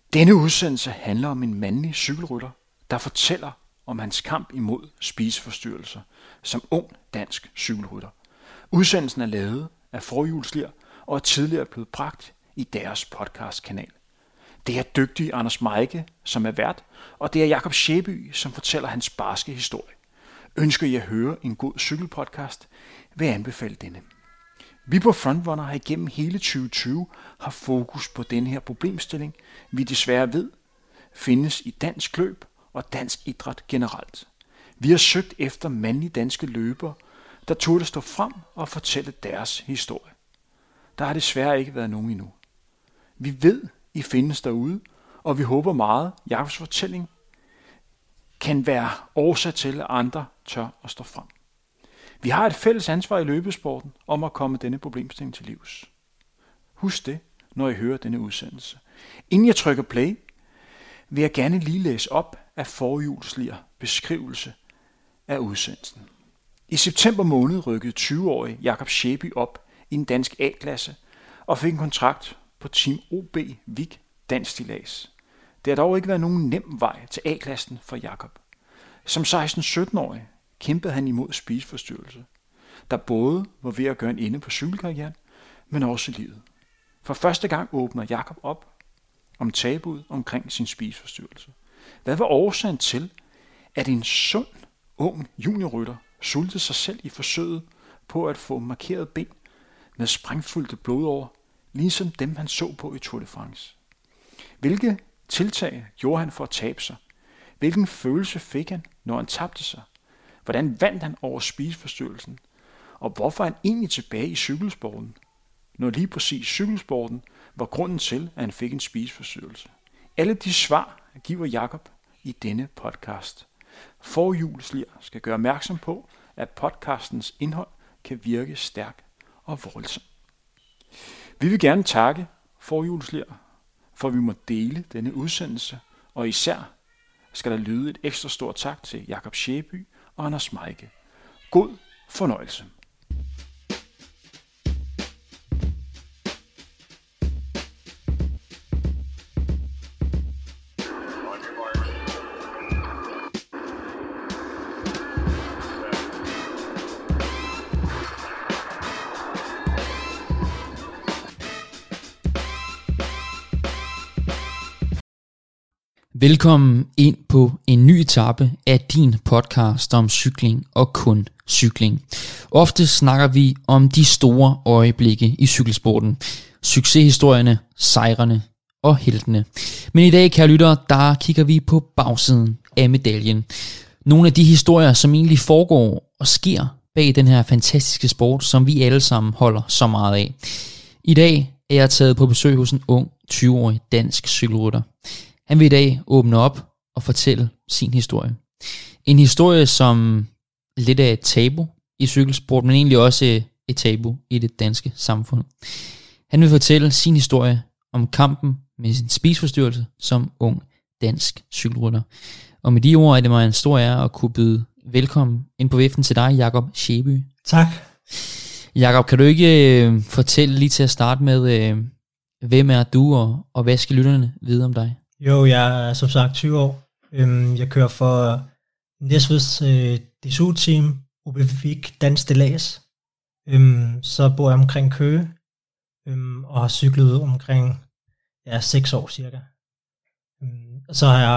Denne udsendelse handler om en mandlig cykelrytter, der fortæller om hans kamp imod spiseforstyrrelser som ung dansk cykelrytter. Udsendelsen er lavet af Forhjulslir og er tidligere blevet bragt i deres podcastkanal. Det er dygtige Anders Meike, som er vært, og det er Jakob Skæby, som fortæller hans barske historie. Ønsker I at høre en god cykelpodcast, vil jeg anbefale denne. Vi på Frontrunner har igennem hele 2020 haft fokus på denne her problemstilling, vi desværre ved findes i dansk løb og dansk idræt generelt. Vi har søgt efter mandlige danske løbere, der turde stå frem og fortælle deres historie. Der har desværre ikke været nogen endnu. Vi ved, I findes derude, og vi håber meget, Jakobs fortælling kan være årsag til, at andre tør at stå frem. Vi har et fælles ansvar i løbesporten om at komme denne problemstilling til livs. Husk det, når I hører denne udsendelse. Inden jeg trykker play, vil jeg gerne lige læse op af Forhjulslir beskrivelse af udsendelsen. I september måned rykkede 20-årige Jakob Skæby op i en dansk A-klasse og fik en kontrakt på Team OB Vig Dansk Stillads. Det har dog ikke været nogen nem vej til A-klassen for Jakob. Som 16-17-årig kæmpede han imod spiseforstyrrelse, der både var ved at gøre en ende på cykelkarrieren, men også livet. For første gang åbner Jakob op om tabuet omkring sin spiseforstyrrelse. Hvad var årsagen til, at en sund, ung juniorrytter sultede sig selv i forsøget på at få markeret ben med sprængfyldte blodårer, ligesom dem han så på i Tour de France? Hvilke tiltag gjorde han for at tabe sig? Hvilken følelse fik han, når han tabte sig? Hvordan vandt han over spiseforstyrrelsen? Og hvorfor er han egentlig tilbage i cykelsporten, når lige præcis cykelsporten var grunden til, at han fik en spiseforstyrrelse? Alle de svar giver Jakob i denne podcast. Forhjulslir skal gøre opmærksom på, at podcastens indhold kan virke stærkt og voldsomt. Vi vil gerne takke Forhjulslir, for vi må dele denne udsendelse, og især skal der lyde et ekstra stort tak til Jakob Skæby og Anders Meike. God fornøjelse. Velkommen ind på en ny etape af din podcast om cykling og kun cykling. Ofte snakker vi om de store øjeblikke i cykelsporten. Succeshistorierne, sejrene og heltene. Men i dag, kære lyttere, der kigger vi på bagsiden af medaljen. Nogle af de historier, som egentlig foregår og sker bag den her fantastiske sport, som vi alle sammen holder så meget af. I dag er jeg taget på besøg hos en ung 20-årig dansk cykelrytter. Han vil i dag åbne op og fortælle sin historie. En historie, som lidt er et tabu i cykelsport, men egentlig også et tabu i det danske samfund. Han vil fortælle sin historie om kampen med sin spiseforstyrrelse som ung dansk cykelrytter. Og med de ord er det mig en stor ære at kunne byde velkommen ind på viften til dig, Jakob Skæby. Tak. Jakob, kan du ikke fortælle lige til at starte med, hvem er du, og hvad skal lytterne vide om dig? Jo, jeg er som sagt 20 år. Jeg kører for Næstveds DSU-team, OB Vig Dansk Stillads. Så bor jeg omkring Køge, og har cyklet omkring 6 år cirka. Og så har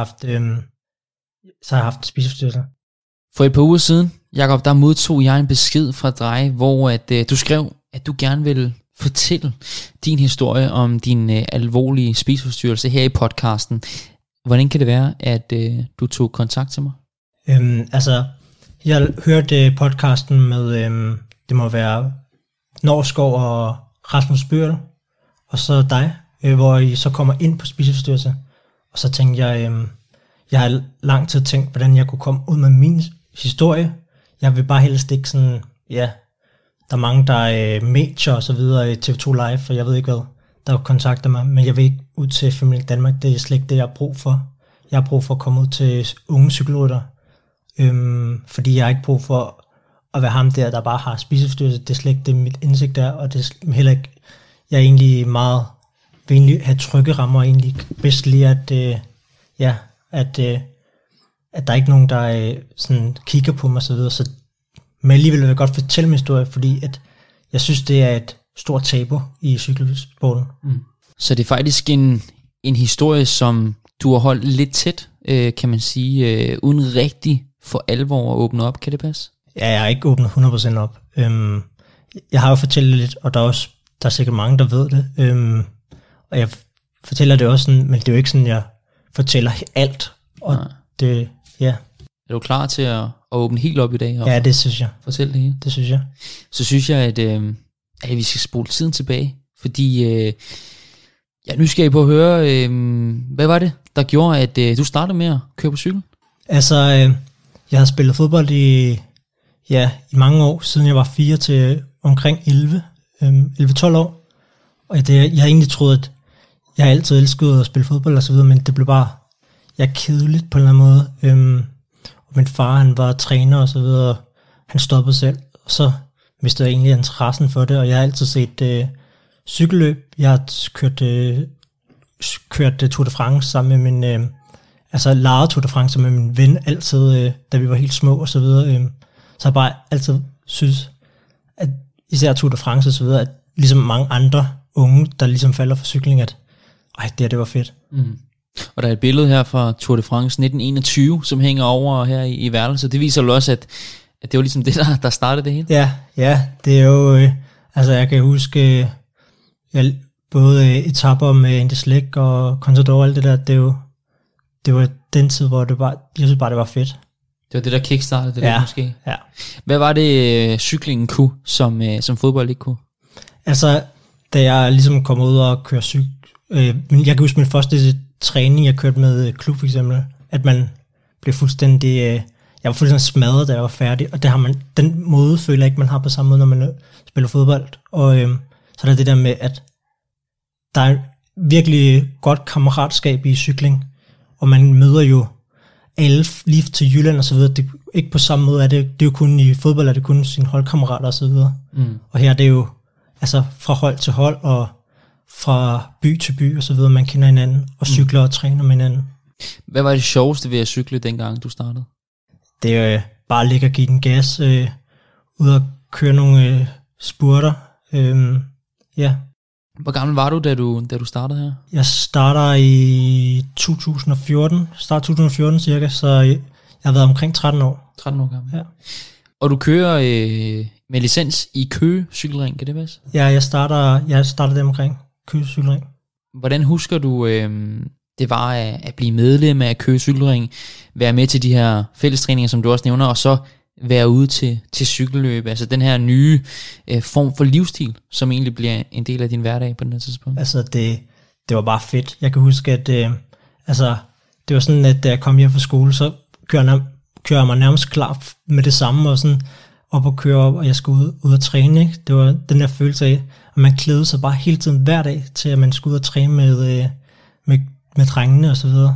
jeg haft spiseforstyrrelse. For et par uger siden, Jakob, der modtog jeg en besked fra dig, hvor du skrev, at du gerne ville fortælle din historie om din alvorlige spiseforstyrrelse her i podcasten. Hvordan kan det være, at du tog kontakt til mig? Jeg hørte podcasten med, det må være Norskov og Rasmus Børl, og så dig, hvor I så kommer ind på spiseforstyrrelse. Og så tænkte jeg har lang tid tænkt, hvordan jeg kunne komme ud med min historie. Jeg vil bare helst ikke sådan, der er mange, der er major og så videre i TV2 Live, for jeg ved ikke hvad, der kontakter mig, men jeg vil ikke ud til Familie Danmark, det er slet ikke det, jeg har brug for. Jeg har brug for at komme ud til unge cykelrytter, fordi jeg har ikke brug for at være ham der bare har spiseforstyrrelse. Det er slet ikke det, mit indsigt er, og det er heller ikke, jeg er egentlig meget vil egentlig have trygge rammer, og egentlig bedst lige, at der er ikke nogen, der sådan kigger på mig og så videre. Men alligevel vil jeg godt fortælle min historie, fordi at jeg synes, det er et stort tabu i cykelsporten. Så det er faktisk en historie, som du har holdt lidt tæt, kan man sige, uden rigtig for alvor at åbne op. Kan det passe? Ja, jeg har ikke åbnet 100% op. Jeg har jo fortalt lidt, og der er sikkert mange, der ved det. Og jeg fortæller det også sådan, men det er jo ikke sådan, jeg fortæller alt. Og det, ja. Er du klar til at åbne helt op i dag? Ja, det synes jeg. Fortæl det hele. Det synes jeg. Så synes jeg, at vi skal spole tiden tilbage. Fordi jeg er nysgerrig på at høre, hvad var det, der gjorde, at du startede med at køre på cykel? Altså, jeg har spillet fodbold i mange år, siden jeg var 4 til omkring 11-12 år. Og jeg har egentlig troet, at jeg altid elskede at spille fodbold og så videre, men det blev bare kedeligt på en eller anden måde. Og min far, han var træner og så videre, han stoppede selv, og så mistede jeg egentlig interessen for det, og jeg har altid set cykelløb. Jeg har kørt Tour de France sammen med min, lejet Tour de France med min ven altid, da vi var helt små og så videre. Så har jeg bare altid synes, at især Tour de France og så videre, at ligesom mange andre unge, der ligesom falder for cykling, at det var fedt. Og der er et billede her fra Tour de France 1921, som hænger over her i værelset. Det viser jo også, at det var ligesom det, der startede det hele. Ja, det er jo, jeg kan huske, både etaper med Andes Læk og Contador og alt det der, det var den tid, hvor jeg synes bare, det var fedt. Det var det, der kickstartede det der måske. Ja. Hvad var det, cyklingen kunne, som fodbold ikke kunne? Altså, da jeg ligesom kom ud og kørte cykel, jeg kan huske min første træning, jeg kørte med klub for eksempel, at man blev fuldstændig, jeg var fuldstændig smadret, da jeg var færdig, og det har man, den måde føler jeg ikke, man har på samme måde, når man spiller fodbold. Og så er der det der med, at der er virkelig godt kammeratskab i cykling, og man møder jo alle lige til Jylland og så videre. Det er ikke på samme måde, det er jo kun i fodbold, er det kun sine holdkammerater og så videre. Og her er det jo altså fra hold til hold, og fra by til by og så videre, man kender hinanden, og cykler og træner med hinanden. Hvad var det sjoveste ved at cykle, dengang du startede? Det er bare at ligge og give den gas, ud og køre nogle spurter. Hvor gammel var du, da du startede her? Jeg starter i 2014, start 2014 cirka, så jeg har været omkring 13 år. 13 år gammel? Ja. Og du kører med licens i Køge Cykelring, kan det være? Ja, jeg starter dem omkring Køge Cykelring. Hvordan husker du, det var at blive medlem af Køge Cykelring, være med til de her fællestræninger, som du også nævner, og så være ude til cykelløb, altså den her nye form for livsstil, som egentlig bliver en del af din hverdag på den her tidspunkt? Altså det var bare fedt. Jeg kan huske, at det var sådan, at da jeg kom hjem fra skole, så kører jeg mig nærmest klar med det samme, og sådan op og køre op, og jeg skulle ud og træne. Ikke? Det var den der følelse af, at man klædede sig bare hele tiden hver dag, til at man skulle ud og træne med drengene og så videre.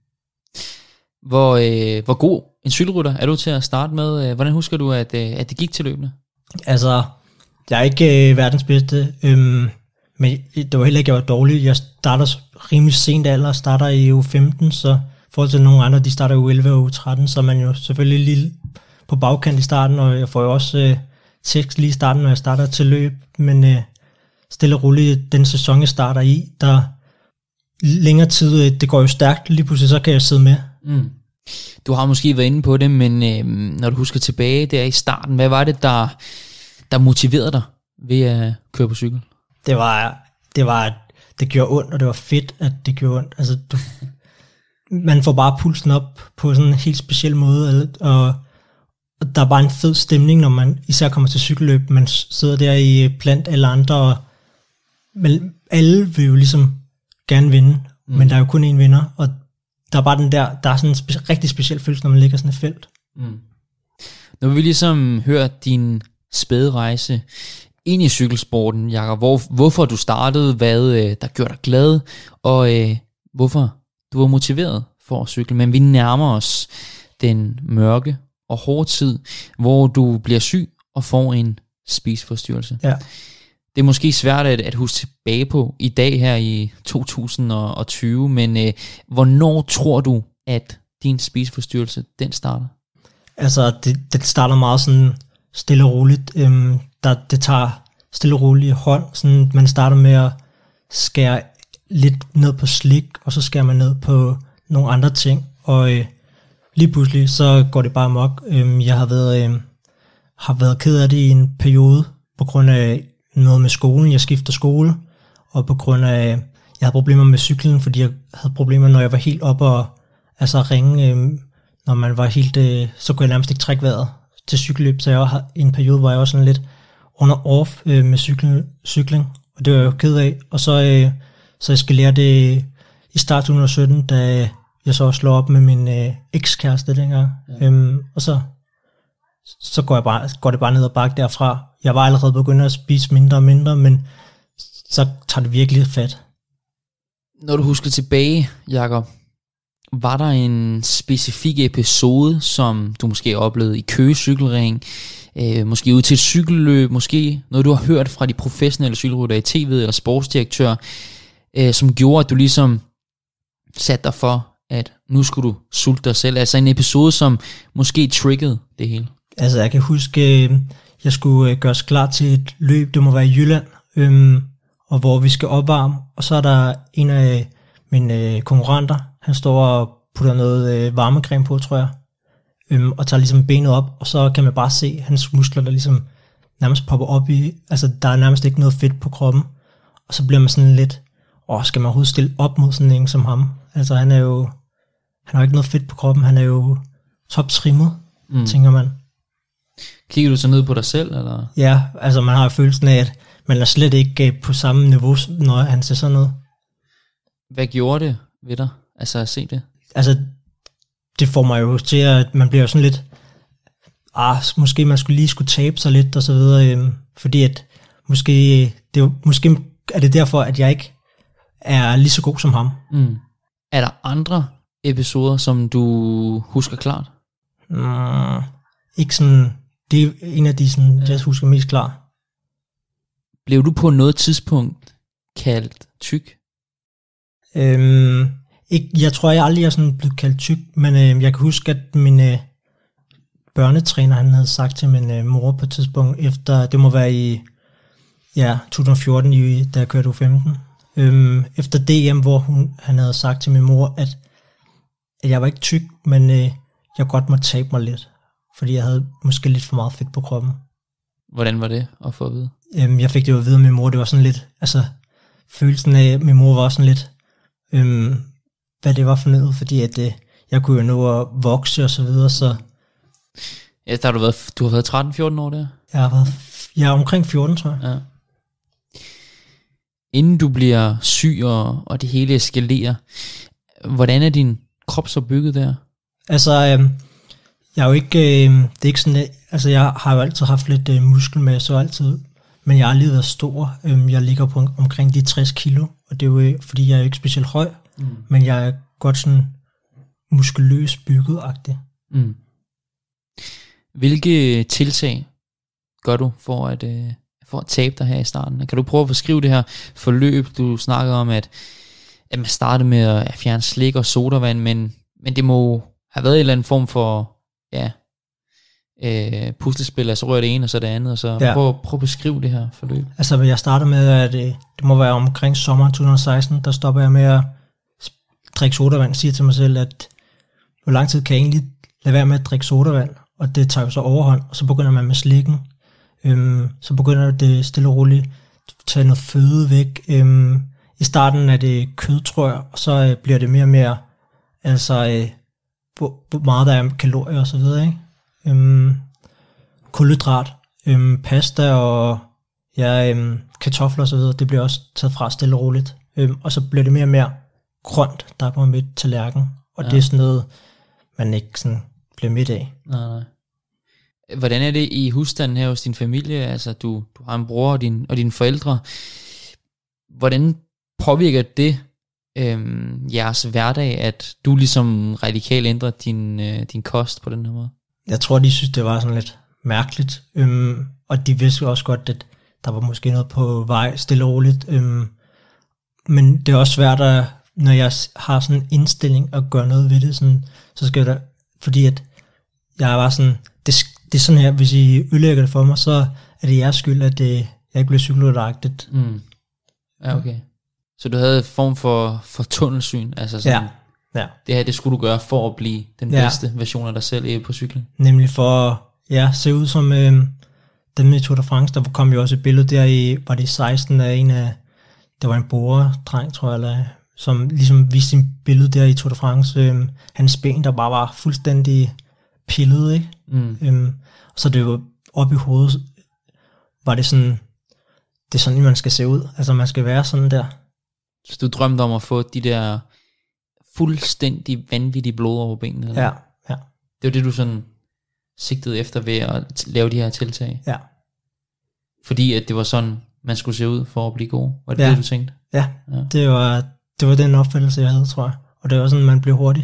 Hvor god en cykelrytter er du til at starte med? Hvordan husker du, at det gik til løbende? Altså, jeg er ikke verdens bedste, men det var heller ikke, jeg var dårlig. Jeg starter rimelig sent alder, starter i uge 15, så i forhold til nogle andre, de starter i uge 11 og uge 13, så er man jo selvfølgelig lige på bagkant i starten, og jeg får jo også tekst lige i starten, når jeg starter til løb, men stille og roligt, den sæson, jeg starter i, der længere tid, det går jo stærkt, lige pludselig så kan jeg sidde med. Du har måske været inde på det, men når du husker tilbage der i starten, hvad var det, der motiverede dig ved at køre på cykel? Det gjorde ondt, og det var fedt, at det gjorde ondt. Altså, man får bare pulsen op på sådan en helt speciel måde, og der er bare en fed stemning, når man især kommer til cykelløb. Man sidder der i blandt alle andre, og alle vil jo ligesom gerne vinde, men der er jo kun én vinder, og der er bare der er sådan en rigtig speciel følelse, når man ligger sådan et felt. Nu vil vi ligesom høre din spæde rejse ind i cykelsporten, Jakob. Hvorfor du startede, hvad der gjorde dig glad, og hvorfor du var motiveret for at cykle. Men vi nærmer os den mørke og hårde tid, hvor du bliver syg og får en spiseforstyrrelse. Ja. det er måske svært at huske tilbage på i dag her i 2020, men hvornår tror du, at din spiseforstyrrelse, den starter? Altså, det starter meget sådan stille og roligt. Det tager stille og roligt hånd. Sådan, man starter med at skære lidt ned på slik, og så skærer man ned på nogle andre ting. Og lige pludselig, så går det bare amok. Jeg har været ked af det i en periode, på grund af noget med skolen. Jeg skifter skole, og på grund af, jeg havde problemer med cyklen, fordi jeg havde problemer, når jeg var helt oppe og altså ringe, når man var helt, så kunne jeg nærmest ikke trække vejret til cykelløb, så jeg var i en periode, hvor jeg var sådan lidt off med cykling, og det var jeg jo ked af, og så eskalerer det i start 2017, da jeg så slår op med min ekskæreste dengang, og så går det bare ned og bakke derfra. Jeg var allerede begyndt at spise mindre og mindre, men så tager det virkelig fat. Når du husker tilbage, Jakob, var der en specifik episode, som du måske oplevede i Køge Cykelring, måske ud til et cykelløb, måske noget du har hørt fra de professionelle cykelryttere i tv eller sportsdirektør, som gjorde, at du ligesom satte dig for, at nu skulle du sulte dig selv? Altså en episode, som måske triggede det hele. Altså jeg kan huske, jeg skulle gøres klar til et løb, det må være i Jylland, og hvor vi skal opvarme, og så er der en af mine konkurrenter, han står og putter noget varmecreme på, tror jeg, og tager ligesom benet op, og så kan man bare se hans muskler, der ligesom nærmest popper op i, altså der er nærmest ikke noget fedt på kroppen, og så bliver man sådan lidt, skal man overhovedet stille op mod sådan en som ham? Altså han har jo ikke noget fedt på kroppen, han er jo toptrimmet, tænker man. Kigger du så ned på dig selv, eller? Ja, altså man har jo følelsen af, at man er slet ikke på samme niveau, når han ser sådan noget. Hvad gjorde det ved dig, altså at se det? Altså, det får mig jo til, at man bliver jo sådan lidt, måske man skulle tabe sig lidt, og så videre, fordi at måske er det derfor, at jeg ikke er lige så god som ham. Er der andre episoder, som du husker klart? Ikke sådan, det er en af de, sådan, jeg husker mest klart. Blev du på noget tidspunkt kaldt tyk? Ikke, jeg tror, jeg aldrig er sådan blevet kaldt tyk, men jeg kan huske, at min børnetræner, han havde sagt til min mor på et tidspunkt, efter, det må være i 2014, da jeg kørte U15, efter DM, hvor han havde sagt til min mor, at jeg var ikke tyk, men jeg godt måtte tabe mig lidt, fordi jeg havde måske lidt for meget fedt på kroppen. Hvordan var det at få at vide? Jeg fik det jo at vide af min mor, det var sådan lidt, altså følelsen af, at min mor var sådan lidt, hvad det var for noget, fordi at jeg kunne jo nå at vokse og så videre, så... Ja, der har du har været 13-14 år der? Jeg er omkring 14, tror jeg. Ja. Inden du bliver syg, og det hele eskalerer, hvordan er din krop så bygget der? Altså, jeg er jo ikke, det er ikke sådan, altså jeg har jo altid haft lidt muskelmasse og altid, men jeg har aldrig været stor. Jeg ligger på omkring de 60 kilo, og det er jo fordi jeg er jo ikke specielt høj, men jeg er godt sådan muskuløs bygget-agtig. Hvilke tiltag gør du for at tabe dig her i starten? Kan du prøve at beskrive det her forløb? Du snakkede om, at man startede med at fjerne slik og sodavand, men det må have været en eller anden form for puslespil, altså rører det ene og så det andet, og så prøv at beskrive det her forløb. Altså jeg starter med, at det må være omkring sommeren 2016, der stopper jeg med at drikke sodavand, siger til mig selv, at hvor lang tid kan jeg egentlig lade være med at drikke sodavand, og det tager jo så overhånd, og så begynder man med slikken, så begynder det stille og roligt at tage noget føde væk. I starten er det kød, tror jeg, og så bliver det mere og mere, altså hvor meget der er kalorier og så videre, ikke? Kulhydrat, pasta og kartofler og så videre, det bliver også taget fra stille og roligt, og så bliver det mere og mere grønt, der er på midt tallerken, og det er sådan noget, man ikke sådan bliver midt af. Nej. Hvordan er det i husstanden her hos din familie? Altså du har en bror og dine forældre. Hvordan påvirker det jeres hverdag, at du ligesom radikalt ændrer din kost på den her måde? Jeg tror, de synes, det var sådan lidt mærkeligt, og de vidste også godt, at der var måske noget på vej, stille og roligt. Men det er også svært, når jeg har sådan en indstilling at gøre noget ved det, sådan, så skal der, fordi at jeg var sådan, det er sådan her, hvis I ødelægger det for mig, så er det jeres skyld, at jeg ikke bliver cykelrytteragtigt. Ja, okay. Så du havde en form for tunnelsyn, altså sådan, ja. Det her, det skulle du gøre for at blive den bedste version af dig selv på cyklen. Nemlig for at se ud som dem i Tour de France. Der kom jo også et billede der i, var det i 16 af der var en borerdreng, tror jeg, eller, som ligesom viste sin billede der i Tour de France. Hans ben, der bare var fuldstændig pillet, ikke? Så det var oppe i hovedet, var det sådan, det er sådan, man skal se ud. Altså man skal være sådan der. Så du drømte om at få de der fuldstændig vanvittige blod over benene? Eller? Ja. Det var det, du sådan sigtede efter ved at lave de her tiltag? Ja. Fordi at det var sådan, man skulle se ud for at blive god? Var det det, du tænkte? Ja. Det var den opfattelse, jeg havde, tror jeg. Og det var sådan, man blev hurtig.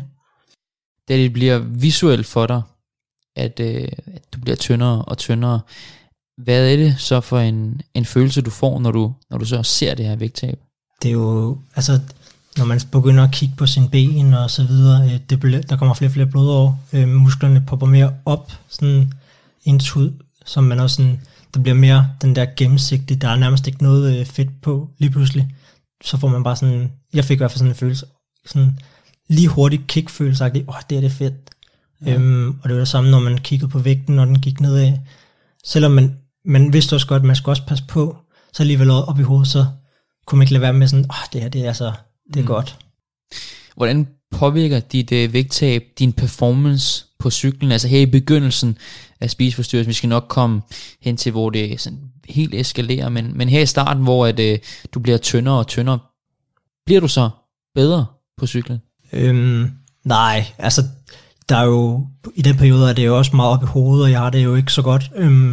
Da det bliver visuelt for dig, at du bliver tyndere og tyndere, hvad er det så for en følelse, du får, når du så ser det her vægttab? Det er jo, altså, når man begynder at kigge på sine ben og så videre, der kommer flere og flere blod over, musklerne popper mere op, sådan en tud, som man også sådan, det bliver mere den der gennemsigtige, der er nærmest ikke noget fedt på lige pludselig. Så får man bare sådan, jeg fik i hvert fald sådan en følelse, sådan lige hurtigt kick-følelse, det er fedt. Ja. Og det var det samme, når man kiggede på vægten, når den gik nedad. Selvom man vidste også godt, at man skulle også passe på, så alligevel op i hovedet, så kunne man ikke lade være med sådan, det her, det er godt. Hvordan påvirker dit vægttab din performance på cyklen? Altså her i begyndelsen af spiseforstyrrelsen, vi skal nok komme hen til, hvor det sådan helt eskalerer, men her i starten, hvor du bliver tyndere og tyndere, bliver du så bedre på cyklen? Nej, altså der er jo, i den periode er det jo også meget op i hovedet, og jeg har det jo ikke så godt,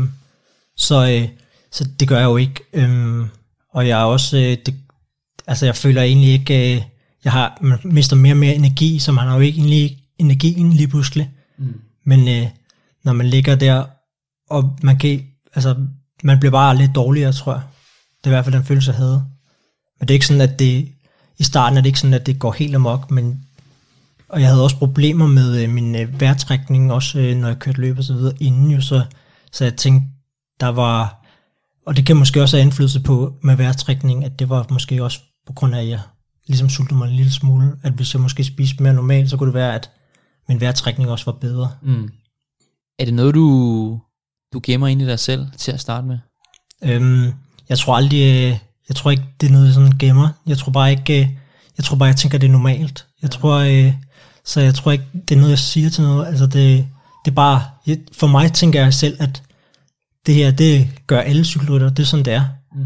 så det gør jeg jo ikke, og jeg er også, jeg føler egentlig ikke, man mister mere og mere energi, så man har jo ikke egentlig energien lige pludselig, men når man ligger der, og man bliver bare lidt dårligere, tror jeg, det er i hvert fald den følelse, jeg havde, men det er ikke sådan, at i starten er det ikke sådan, at det går helt amok, og jeg havde også problemer med min vejrtrækning, også når jeg kørte løb og så videre inden jo, så jeg tænkte, der var, og det kan måske også have indflydelse på med vejrtrækning, at det var måske også på grund af, at jeg ligesom sultede mig en lille smule, at hvis jeg måske spiste mere normalt, så kunne det være, at min vejrtrækning også var bedre. Er det noget, du gemmer ind i dig selv til at starte med? Jeg tror ikke, det er noget, jeg sådan gemmer. Jeg tror bare, jeg tænker, det er normalt. Jeg tror ikke, det er noget, jeg siger til noget. Altså det er bare, for mig tænker jeg selv, at det her, det gør alle cykelryttere. Det er sådan, det er.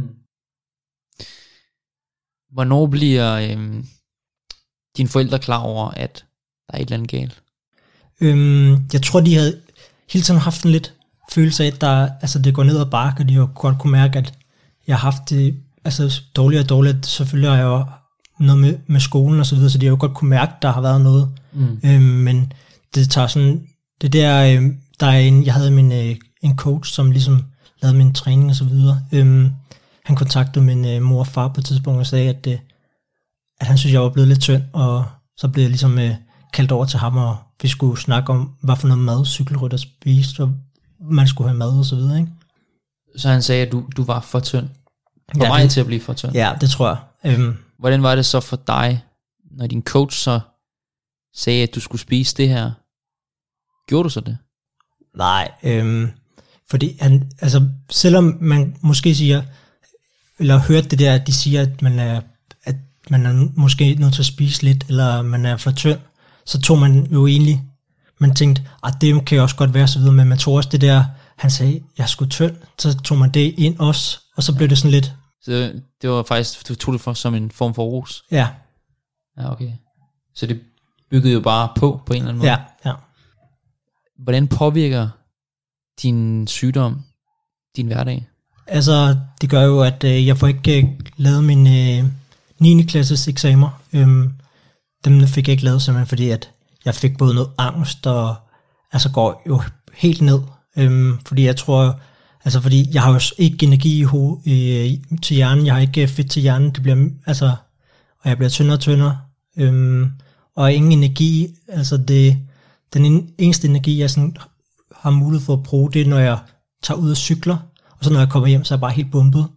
Hvornår bliver dine forældre klar over, at der er et eller andet galt? Jeg tror, de havde hele tiden haft en lidt følelse af, at det går ned ad bakke, og de har godt kunne mærke, at jeg har haft det dårligere og dårligere. Selvfølgelig har jeg jo noget med skolen og så videre, så de har jo godt kunne mærke, at der har været noget. Men det tager sådan, det der er jeg havde en coach, som ligesom lavede min træning og så videre. Han kontaktede min mor og far på et tidspunkt og sagde, at han synes, jeg var blevet lidt tynd, og så blev jeg ligesom kaldt over til ham, og vi skulle snakke om, hvad for noget mad cykelrytter spiste, og man skulle have mad og så videre, ikke? Så han sagde, at du var for tynd? På vej til at blive for tynd? Ja, det tror jeg. Hvordan var det så for dig, når din coach så sagde, at du skulle spise det her? Gjorde du så det? Nej, fordi selvom man måske siger, eller hørt det der, at de siger, at man er måske nødt til at spise lidt, eller man er for tynd, så tog man jo egentlig, man tænkte, det kan jo også godt være så videre, men man tog også det der, han sagde, jeg er sgu tynd, så tog man det ind også, og så blev det sådan lidt. Så det var faktisk, du tog det som en form for ros? Ja. Ja, okay. Så det byggede jo bare på en eller anden måde? Ja. Hvordan påvirker din sygdom din hverdag? Det gør jo, at jeg får ikke lavet min 9. klasses eksamener. Dem fik jeg ikke lavet simpelthen, fordi at jeg fik både noget angst og går jo helt ned. Fordi jeg tror, Altså fordi jeg har jo ikke energi til hjernen, jeg har ikke fedt til hjernen, det bliver, altså, og jeg bliver tyndere og tyndere, og ingen energi, altså den eneste energi, jeg sådan har mulighed for at bruge, det er, når jeg tager ud og cykler, og så når jeg kommer hjem, så er jeg bare helt bumpet.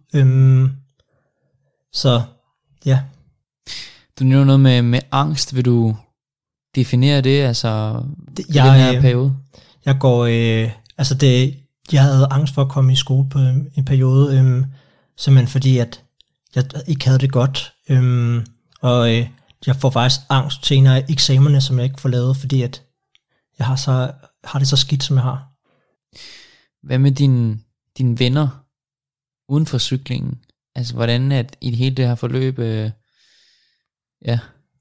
Så ja. Du nævner noget med angst, vil du definere det, altså i den her periode? Jeg går, jeg havde angst for at komme i skole på en periode, simpelthen fordi, at jeg ikke havde det godt, og jeg får faktisk angst til en af eksamerne, som jeg ikke får lavet, fordi at jeg har det så skidt, som jeg har. Hvad med dine venner uden for cyklingen? Altså, hvordan er i hele det her forløb? Ja,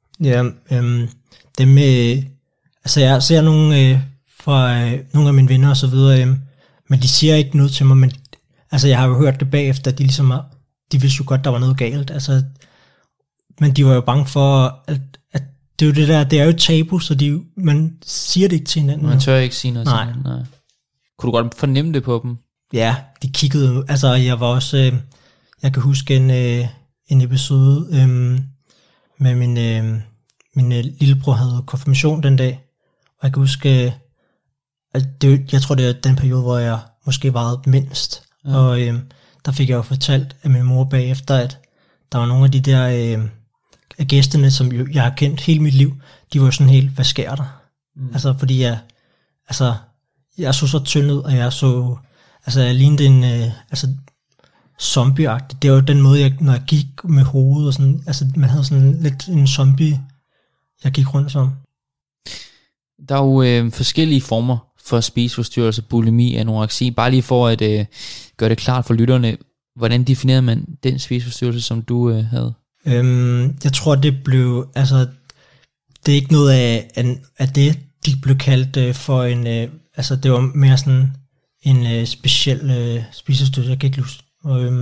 dem altså jeg ser nogle fra nogle af mine venner og så videre, men de siger ikke noget til mig, men altså jeg har jo hørt det bagefter, at de ligesom de vidste jo godt, der var noget galt, altså, men de var jo bange for, at det er jo det der, det er jo tabu, så man siger det ikke til hinanden. Man tør ikke sige noget til hinanden. Nej. Kunne du godt fornemme det på dem? Ja, de kiggede, altså jeg var også, jeg kan huske en episode med min lillebror havde konfirmation den dag, og jeg kan huske, at jeg tror det er den periode, hvor jeg måske varede mindst, og der fik jeg jo fortalt af min mor bagefter, at der var nogle af de der af gæsterne, som jeg har kendt hele mit liv, de var jo sådan helt, hvad sker der? Altså fordi jeg så så tynd ud, og jeg lignede en zombie-agtig. Det var jo den måde, når jeg gik med hovedet, og sådan, altså man havde sådan lidt en zombie, jeg gik rundt som. Der er jo forskellige former for spiseforstyrrelse, bulimi, anoreksi. Bare lige for at gøre det klart for lytterne, hvordan definerede man den spiseforstyrrelse, som du havde? Jeg tror, det blev, altså, det er ikke noget af det, de blev kaldt for en, altså det var mere sådan en speciel spiseforstyrrelse, jeg kan ikke huske.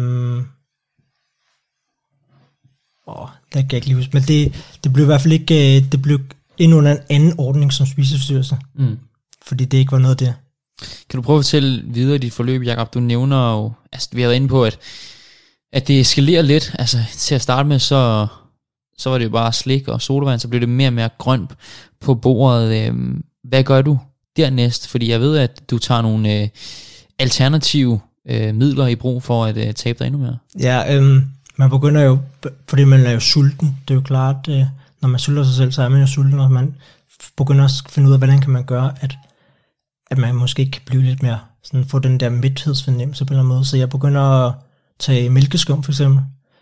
Det kan jeg ikke lige huske, men det blev i hvert fald ikke, det blev ind under en anden ordning som spiseforstyrrelse, fordi det ikke var noget af det. Kan du prøve at fortælle videre i dit forløb, Jakob? Du nævner jo, altså vi har været inde på, at det eskalerer lidt, altså til at starte med, så var det jo bare slik og sodavand, så blev det mere og mere grønt på bordet. Hvad gør du dernæst? Fordi jeg ved, at du tager nogle alternative midler i brug for at tabe dig endnu mere. Ja, man begynder jo, fordi man er jo sulten, det er jo klart, når man sulter sig selv, så er man jo sulten, og man begynder at finde ud af, hvordan kan man gøre, at man måske kan blive lidt mere, sådan få den der mæthedsfornemmelse på en eller anden måde. Så jeg begynder at tage mælkeskum for eksempel,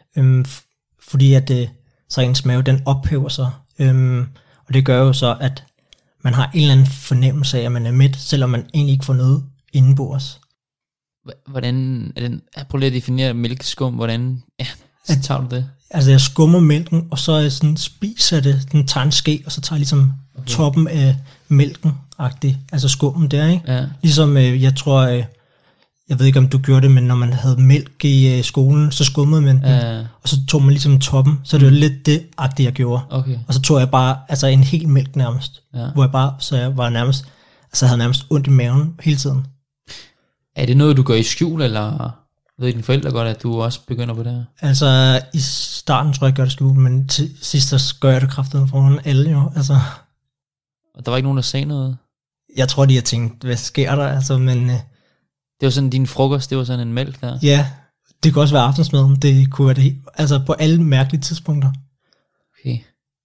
fordi at så ens mave, den ophæver sig, og det gør jo så, at man har en eller anden fornemmelse af, at man er mæt, selvom man egentlig ikke får noget indenbords. Hvordan er den, prøv lige at definere mælkeskum, hvordan tager du det? Altså jeg skummer mælken, og så sådan spiser det, den tager en ske, og så tager jeg ligesom toppen af mælken-agtigt, altså skummen der, ikke? Ja. Ligesom jeg tror, jeg ved ikke om du gjorde det, men når man havde mælk i skolen, så skummede man den, og så tog man ligesom toppen, så det var lidt det-agtigt, jeg gjorde. Okay. Og så tog jeg bare, altså en hel mælk nærmest, hvor jeg var nærmest, altså jeg havde nærmest ondt i maven hele tiden. Er det noget, du gør i skjul, eller ved dine forældre godt, at du også begynder på det her? Altså, i starten tror jeg, jeg gør det i skjul, men til sidst, så gør jeg det kraftigt foran alle jo, altså. Og der var ikke nogen, der sagde noget? Jeg tror, de har tænkt, hvad sker der, altså, men... Det var sådan din frokost, det var sådan en mælk der? Ja, det kunne også være aftensmaden, det kunne være det, altså på alle mærkelige tidspunkter. Okay.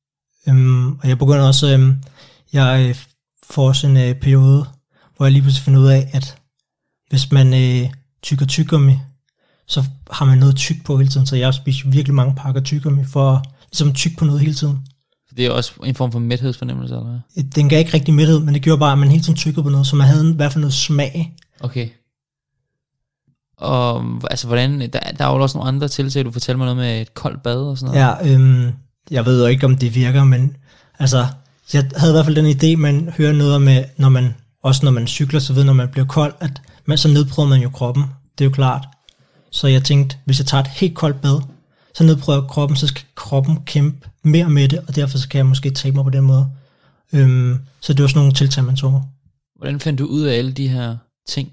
Og jeg begynder også, jeg får også en periode, hvor jeg lige pludselig finder ud af, at hvis man tykker tyggegummi, så har man noget tyk på hele tiden, så jeg spiser virkelig mange pakker tyggegummi for ligesom tyk på noget hele tiden. Det er også en form for mæthedsfornemmelse, eller hvad? Den gav ikke rigtig mæthed, men det gjorde bare, at man hele tiden tykkede på noget, så man havde i hvert fald noget smag. Okay. Og altså hvordan, der er jo også nogle andre tiltag, du fortæller mig noget med et koldt bad og sådan noget. Ja, jeg ved jo ikke, om det virker, men altså, jeg havde i hvert fald den idé, man hører noget med, når man cykler, så ved når man bliver kold, at så nedprøver man jo kroppen, det er jo klart. Så jeg tænkte, hvis jeg tager et helt koldt bad, så nedprøver jeg kroppen, så skal kroppen kæmpe mere med det, og derfor så kan jeg måske tabe mig på den måde. Så det var sådan nogle tiltag, man tog. Hvordan fandt du ud af alle de her ting?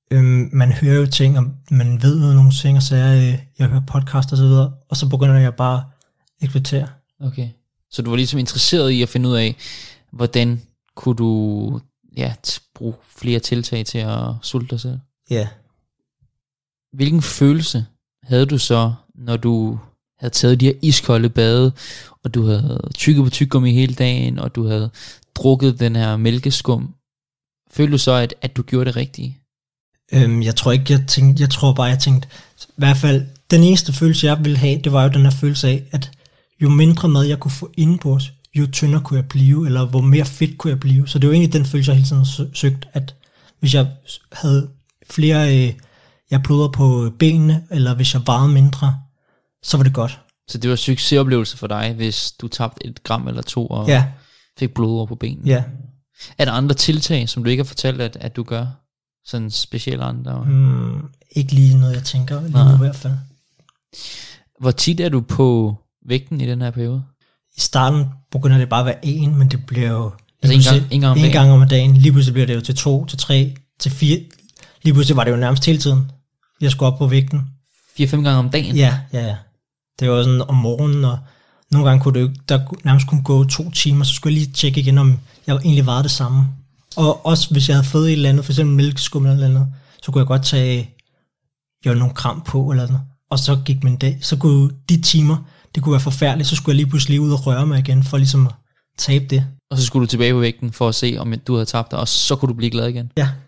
Man hører jo ting, og man ved jo nogle ting, og så jeg hører podcast og så videre, og så begynder jeg bare at eksploitere. Okay. Så du var ligesom interesseret i at finde ud af, hvordan kunne du bruge flere tiltag til at sulte dig selv? Ja. Hvilken følelse havde du så, når du havde taget de her iskolde bade, og du havde tykket på tyggegummi hele dagen, og du havde drukket den her mælkeskum? Følte du så, at du gjorde det rigtige? Jeg tror ikke, jeg tror bare, jeg tænkte, i hvert fald, den eneste følelse, jeg ville have, det var jo den her følelse af, at jo mindre mad jeg kunne få indenbords, jo tyndere kunne jeg blive, eller hvor mere fedt kunne jeg blive. Så det var egentlig den følelse, jeg hele tiden søgte, at hvis jeg havde flere bløder på benene, eller hvis jeg vejede mindre, så var det godt. Så det var succesoplevelse for dig, hvis du tabte 1 gram eller 2 og fik blodår på benene? Ja. Er der andre tiltag, som du ikke har fortalt, at du gør? Sådan specielle andre? Ikke lige noget, jeg tænker lige nu i hvert fald. Hvor tit er du på vægten i den her periode? I starten begynder det bare at være 1, men det bliver jo en gang om dagen. Lige pludselig bliver det jo til 2, til 3, til 4. Lige pludselig var det jo nærmest hele tiden. Jeg skulle op på vægten. 4-5 gange om dagen? Ja. Det var sådan om morgenen, og nogle gange kunne det der nærmest kunne gå 2 timer, så skulle jeg lige tjekke igen, om jeg egentlig var det samme. Og også hvis jeg havde fået et eller andet, for eksempel mælkeskum eller andet, så kunne jeg godt tage nogle gram på eller noget. Og så gik min dag, så kunne de timer, det kunne være forfærdeligt, så skulle jeg lige pludselig ud og røre mig igen, for ligesom at tabe det. Og så skulle du tilbage på vægten, for at se, om du havde tabt dig, og så kunne du blive glad igen? Ja.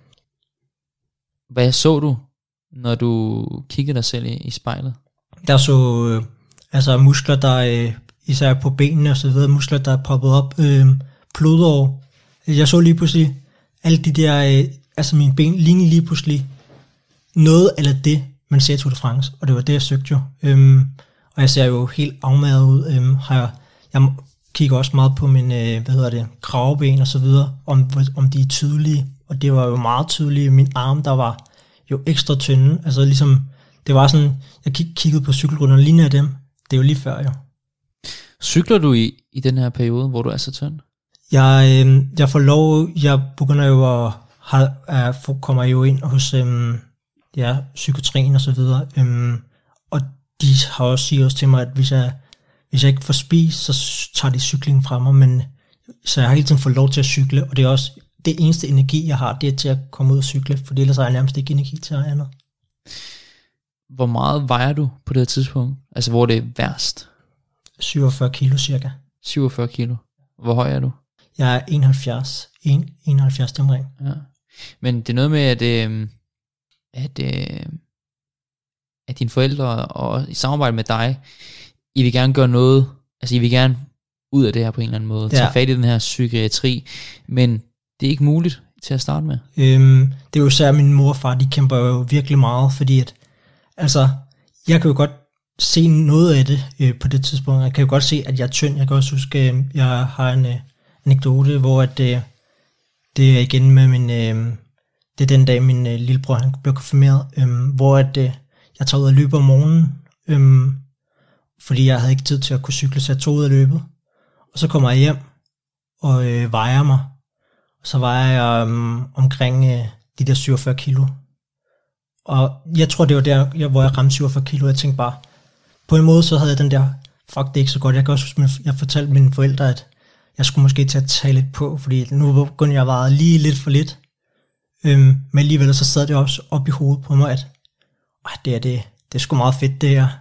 Hvad så du, når du kiggede dig selv i spejlet? Der så muskler, der især på benene og så videre, muskler, der er poppet op, blodår. Jeg så lige pludselig alle de der, mine ben lignede lige pludselig noget eller det, man ser i Tour de France, og det var det, jeg søgte jo. Og jeg ser jo helt afmaget ud. Jeg kigger også meget på mine, kraveben og så videre, om de er tydelige, og det var jo meget tydelige. Min arm, der var jo ekstra tynde, altså ligesom, det var sådan, jeg kiggede på cykelrytterne, lignende af dem, det er jo lige før jo. Cykler du i den her periode, hvor du er så tynd? Jeg får lov, jeg begynder jo kommer jo ind hos psykiatrien og så videre, og de har også siger også til mig, at hvis jeg ikke får spist, så tager de cyklingen fra mig, men så jeg har hele tiden fået lov til at cykle, og det er også det eneste energi, jeg har, det er til at komme ud og cykle, for ellers har jeg nærmest ikke energi til at andet. Hvor meget vejer du på det her tidspunkt? Altså hvor det er værst? 47 kilo cirka. 47 kilo. Hvor høj er du? Jeg er 71 omkring. Ja. Men det er noget med, at dine forældre og i samarbejde med dig, I vil gerne gøre noget, altså I vil gerne ud af det her på en eller anden måde, tage fat i den her psykiatri, men det er ikke muligt til at starte med. Det er jo især min mor og far, de kæmper jo virkelig meget, fordi at, jeg kan jo godt se noget af det på det tidspunkt. Jeg kan jo godt se, at jeg er tynd. Jeg kan også huske, jeg har en anekdote, hvor at, det er igen med min, det er den dag, min lillebror han blev konfirmeret, hvor at, jeg tager ud og løber om morgenen, fordi jeg havde ikke tid til at kunne cykle, så jeg tog ud og løbet. Og så kommer jeg hjem og vejer mig. Så vejer jeg omkring de der 47 kilo. Og jeg tror, det var der, hvor jeg ramte 47 kilo. Jeg tænkte bare, på en måde så havde jeg den der, fuck, det er ikke så godt. Jeg kan også huske, jeg fortalte mine forældre, at jeg skulle måske til at tage lidt på, fordi nu begyndte jeg at veje lige lidt for lidt. Men alligevel så sad det også op i hovedet på mig, at det er sgu meget fedt, det her.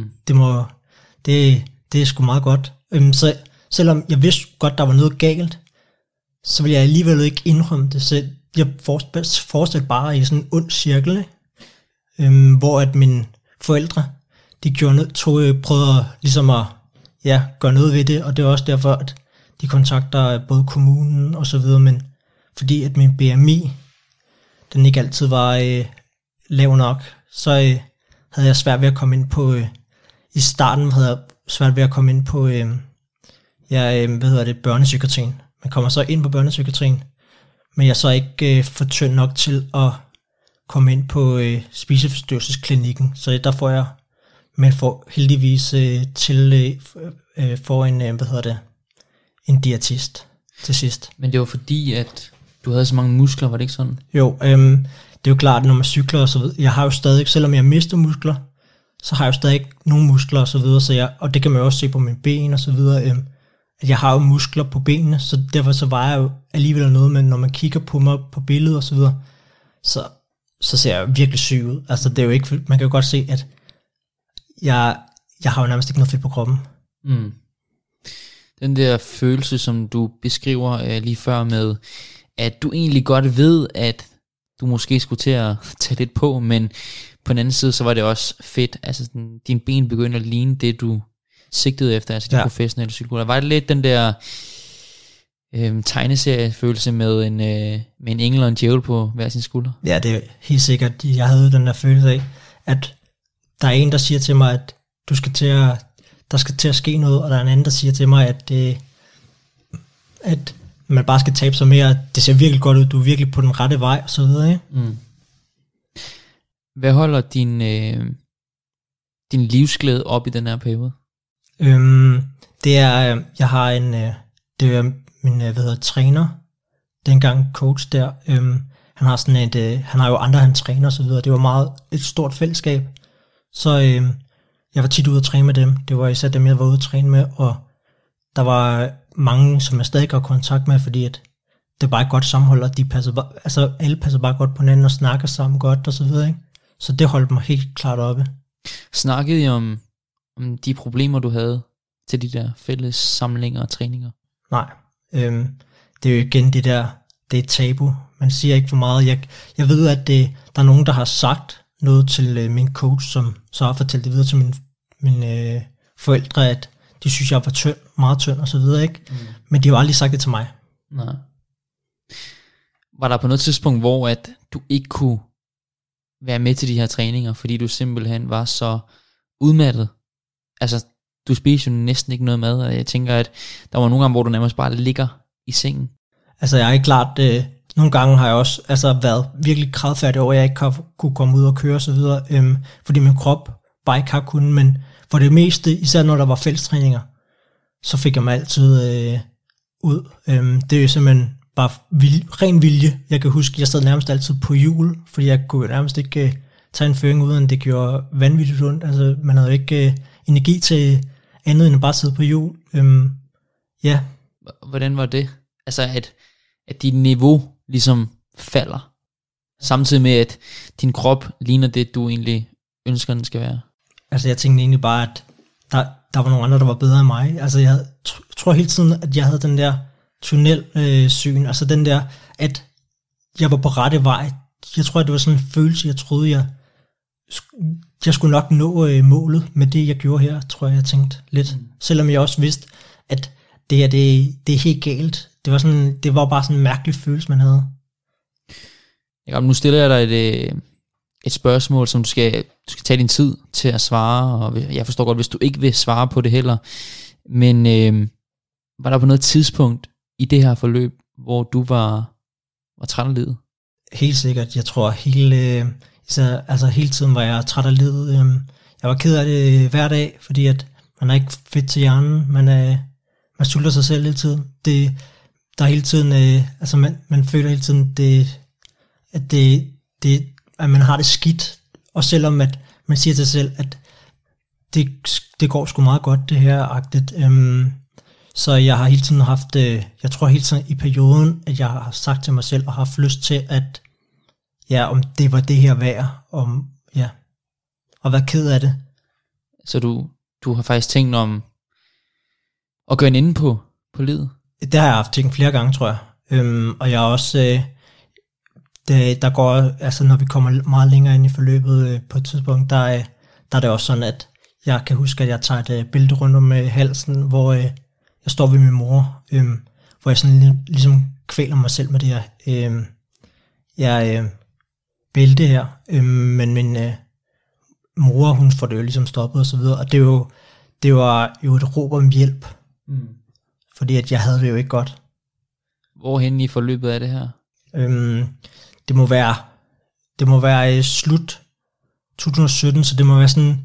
Det er sgu meget godt. Så selvom jeg vidste godt, der var noget galt, så ville jeg alligevel ikke indrømme det. Så jeg forestillede bare i sådan en ond cirkel, hvor at mine forældre, de prøvede ligesom at gøre noget ved det, og det er også derfor, at de kontakter både kommunen og så videre, men fordi at min BMI, den ikke altid var lav nok, så havde jeg svært ved at komme ind på, i starten havde jeg svært ved at komme ind på, børnepsykiatrien. Man kommer så ind på børnepsykiatrien, men jeg er så ikke for tynd nok til at komme ind på spiseforstyrrelsesklinikken, så der får jeg, men får heldigvis får en diætist til sidst. Men det var fordi, at du havde så mange muskler, var det ikke sådan? Jo, det er jo klart, når man cykler og så videre, jeg har jo stadig, selvom jeg mister muskler, så har jeg jo stadig nogle muskler og så videre, og det kan man jo også se på mine ben og så videre, at jeg har jo muskler på benene, så derfor så vejer jeg jo alligevel noget, men når man kigger på mig på billedet og så videre, så ser jeg virkelig syg ud. Altså det er jo ikke, man kan jo godt se, at jeg har jo nærmest ikke noget fedt på kroppen. Mm. Den der følelse, som du beskriver lige før med, at du egentlig godt ved, at du måske skulle til at tage lidt på, men på den anden side, så var det også fedt. Altså sådan, dine ben begyndte at ligne det, du sigtede efter, altså de professionelle cykelrytter. Var det lidt den der tegneseriefølelse med en engel og en djævel på hver sin skulder? Ja, det er helt sikkert. Jeg havde den der følelse af, at der er en, der siger til mig, at der skal til at ske noget, og der er en anden, der siger til mig, at man bare skal tabe sig mere. Det ser virkelig godt ud, du er virkelig på den rette vej, og så videre, ikke? Mm. Hvad holder din livsglæde op i den her periode? Det er, jeg har det er min, træner, dengang coach der, han har sådan han har jo andre, han træner og så videre, det var meget et stort fællesskab, så jeg var tit ude at træne med dem, det var især dem, jeg var ude at træne med, og der var mange, som jeg stadig har kontakt med, fordi at det er bare et godt sammenhold, og alle passer bare godt på hinanden, og snakker sammen godt, og så videre, ikke? Så det holdt mig helt klart oppe. Snakkede I om de problemer, du havde til de der fælles samlinger og træninger? Nej, det er jo igen det er et tabu. Man siger ikke for meget. Jeg ved, at der er nogen, der har sagt noget til min coach, som så har fortalt det videre til mine forældre, at de synes, jeg var tynd, meget tynd og så videre, ikke? Mm. Men de har jo aldrig sagt det til mig. Nej. Var der på noget tidspunkt, hvor at du ikke kunne være med til de her træninger, fordi du simpelthen var så udmattet? Altså, du spiser jo næsten ikke noget mad, og jeg tænker, at der var nogle gange, hvor du nærmest bare ligger i sengen. Altså, jeg er ikke klart, nogle gange har jeg også været virkelig kravfærdig over, at jeg ikke har kunne komme ud og køre og så videre, fordi min krop bare ikke har kunnet, men for det meste, især når der var fællestræninger, så fik jeg mig altid ud. Det er jo simpelthen bare ren vilje. Jeg kan huske, jeg stod nærmest altid på hjul, fordi jeg kunne nærmest ikke tage en føring uden, det gjorde vanvittigt ondt. Altså, man havde jo ikke energi til andet end at bare sidde på hjul. Ja. Hvordan var det? Altså, at dit niveau ligesom falder, samtidig med, at din krop ligner det, du egentlig ønsker, den skal være? Altså, jeg tænkte egentlig bare, at der var nogle andre, der var bedre end mig. Altså, jeg tror hele tiden, at jeg havde den der tunnelsyn, altså den der, at jeg var på rette vej. Jeg tror, at det var sådan en følelse, jeg troede, jeg skulle nok nå målet med det, jeg gjorde her, tror jeg tænkte lidt. Selvom jeg også vidste, at det her, det er helt galt. Det var bare sådan en mærkelig følelse, man havde. Ja, nu stiller jeg dig et spørgsmål, som du skal tage din tid til at svare, og jeg forstår godt, hvis du ikke vil svare på det heller, men var der på noget tidspunkt i det her forløb, hvor du var træt af livet? Helt sikkert. Jeg tror hele tiden var jeg træt af livet. Jeg var ked af det hver dag, fordi at man er ikke fedt til hjernen. Man sulter sig selv hele tiden. Der er hele tiden, man føler hele tiden, at man har det skidt. Og selvom at man siger til sig selv, at det går sgu meget godt, det her agtigt. Så jeg har hele tiden haft, jeg tror hele tiden i perioden, at jeg har sagt til mig selv, og har haft lyst til, at om det var det her værd, og være ked af det. Så du har faktisk tænkt om at gøre en ende på livet? Det har jeg haft tænkt flere gange, tror jeg. Og jeg også, der går, altså når vi kommer meget længere ind i forløbet på et tidspunkt, der er det også sådan, at jeg kan huske, at jeg tager et bælte rundt om halsen, hvor jeg står ved min mor, hvor jeg sådan ligesom kvæler mig selv med det her bælte her, men min mor, hun får det jo ligesom stoppet og så videre, og det var jo et råb om hjælp, fordi at jeg havde det jo ikke godt. Hvorhen i forløbet af det her? Det må være slut 2017, så det må være sådan,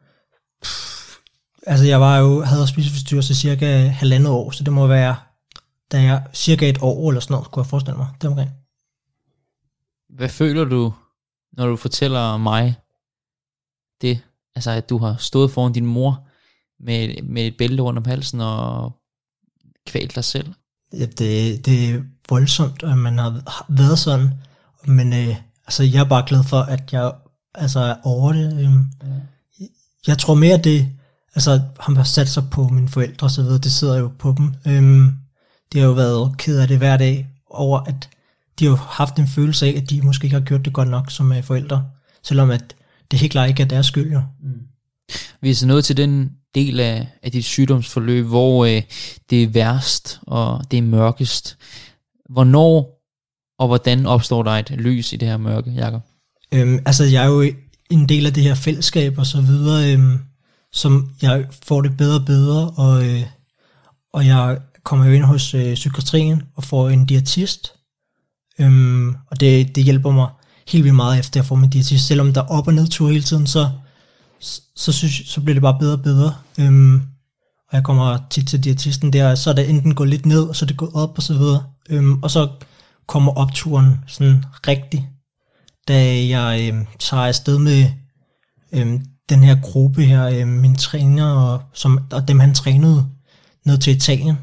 altså jeg havde spiseforstyrrelse cirka 1,5 år, så det må være, da jeg cirka 1 år eller sådan noget, kunne jeg forestille mig, det omkring. Hvad føler du, når du fortæller mig det? Altså, at du har stået foran din mor med et bælte rundt om halsen og kvalt dig selv? Ja, det er voldsomt, at man har været sådan. Men altså, jeg er bare glad for, at jeg altså, er over det. Jeg tror mere, at det altså, har sat sig på mine forældre og så videre. Det sidder jo på dem. De har jo været ked af det hver dag over, at de har haft en følelse af, at de måske ikke har gjort det godt nok som forældre. Selvom at det helt klart ikke er deres skyld, jo. Vi er så nået til den del af dit sygdomsforløb, hvor det er værst, og det er mørkest. Hvornår og hvordan opstår der et lys i det her mørke, Jakob? Altså, jeg er jo en del af det her fællesskab og så videre, som jeg får det bedre og bedre, og jeg kommer jo ind hos psykiatrien og får en diætist, og det hjælper mig helt vildt meget efter jeg får min diætist. Selvom der er op- og nedtur hele tiden, så bliver det bare bedre og bedre. Og jeg kommer tit til diætisten der, så er det enten gået lidt ned, og så er det gået op og så videre. Og så kommer opturen sådan rigtig, da jeg tager afsted med den her gruppe her, min træner og dem han trænede ned til Italien,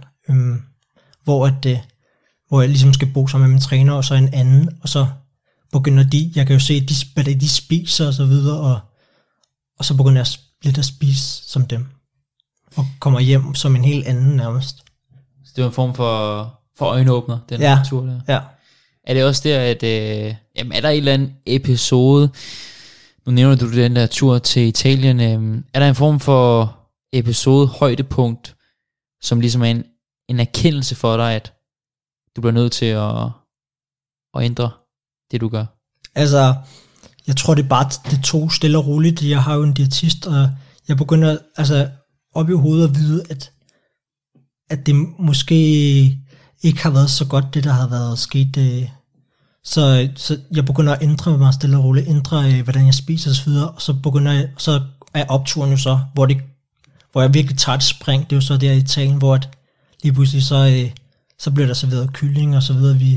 hvor jeg ligesom skal bo sammen med min træner og så en anden, og så begynder jeg kan jo se, hvad de spiser og så videre, og så begynder jeg lidt at spise som dem, og kommer hjem som en helt anden nærmest. Så det var en form for øjenåbner, den tur der? Ja. Er det også der, at jamen, er der en eller anden episode, nu nævner du den der tur til Italien, er der en form for episode, højdepunkt, som ligesom er en erkendelse for dig, at du bliver nødt til at ændre det, du gør? Altså, jeg tror, det er bare det tog stille og roligt. Jeg har jo en diætist, og jeg begynder altså op i hovedet at vide, at det måske ikke har været så godt, det der har været sket. Så jeg begynder at ændre mig stille og roligt, hvordan jeg spiser og så videre, og så er opturen jo så, hvor jeg virkelig tager et spring. Det er jo så der i Italien, hvor at lige pludselig så bliver der serveret kylling og så videre.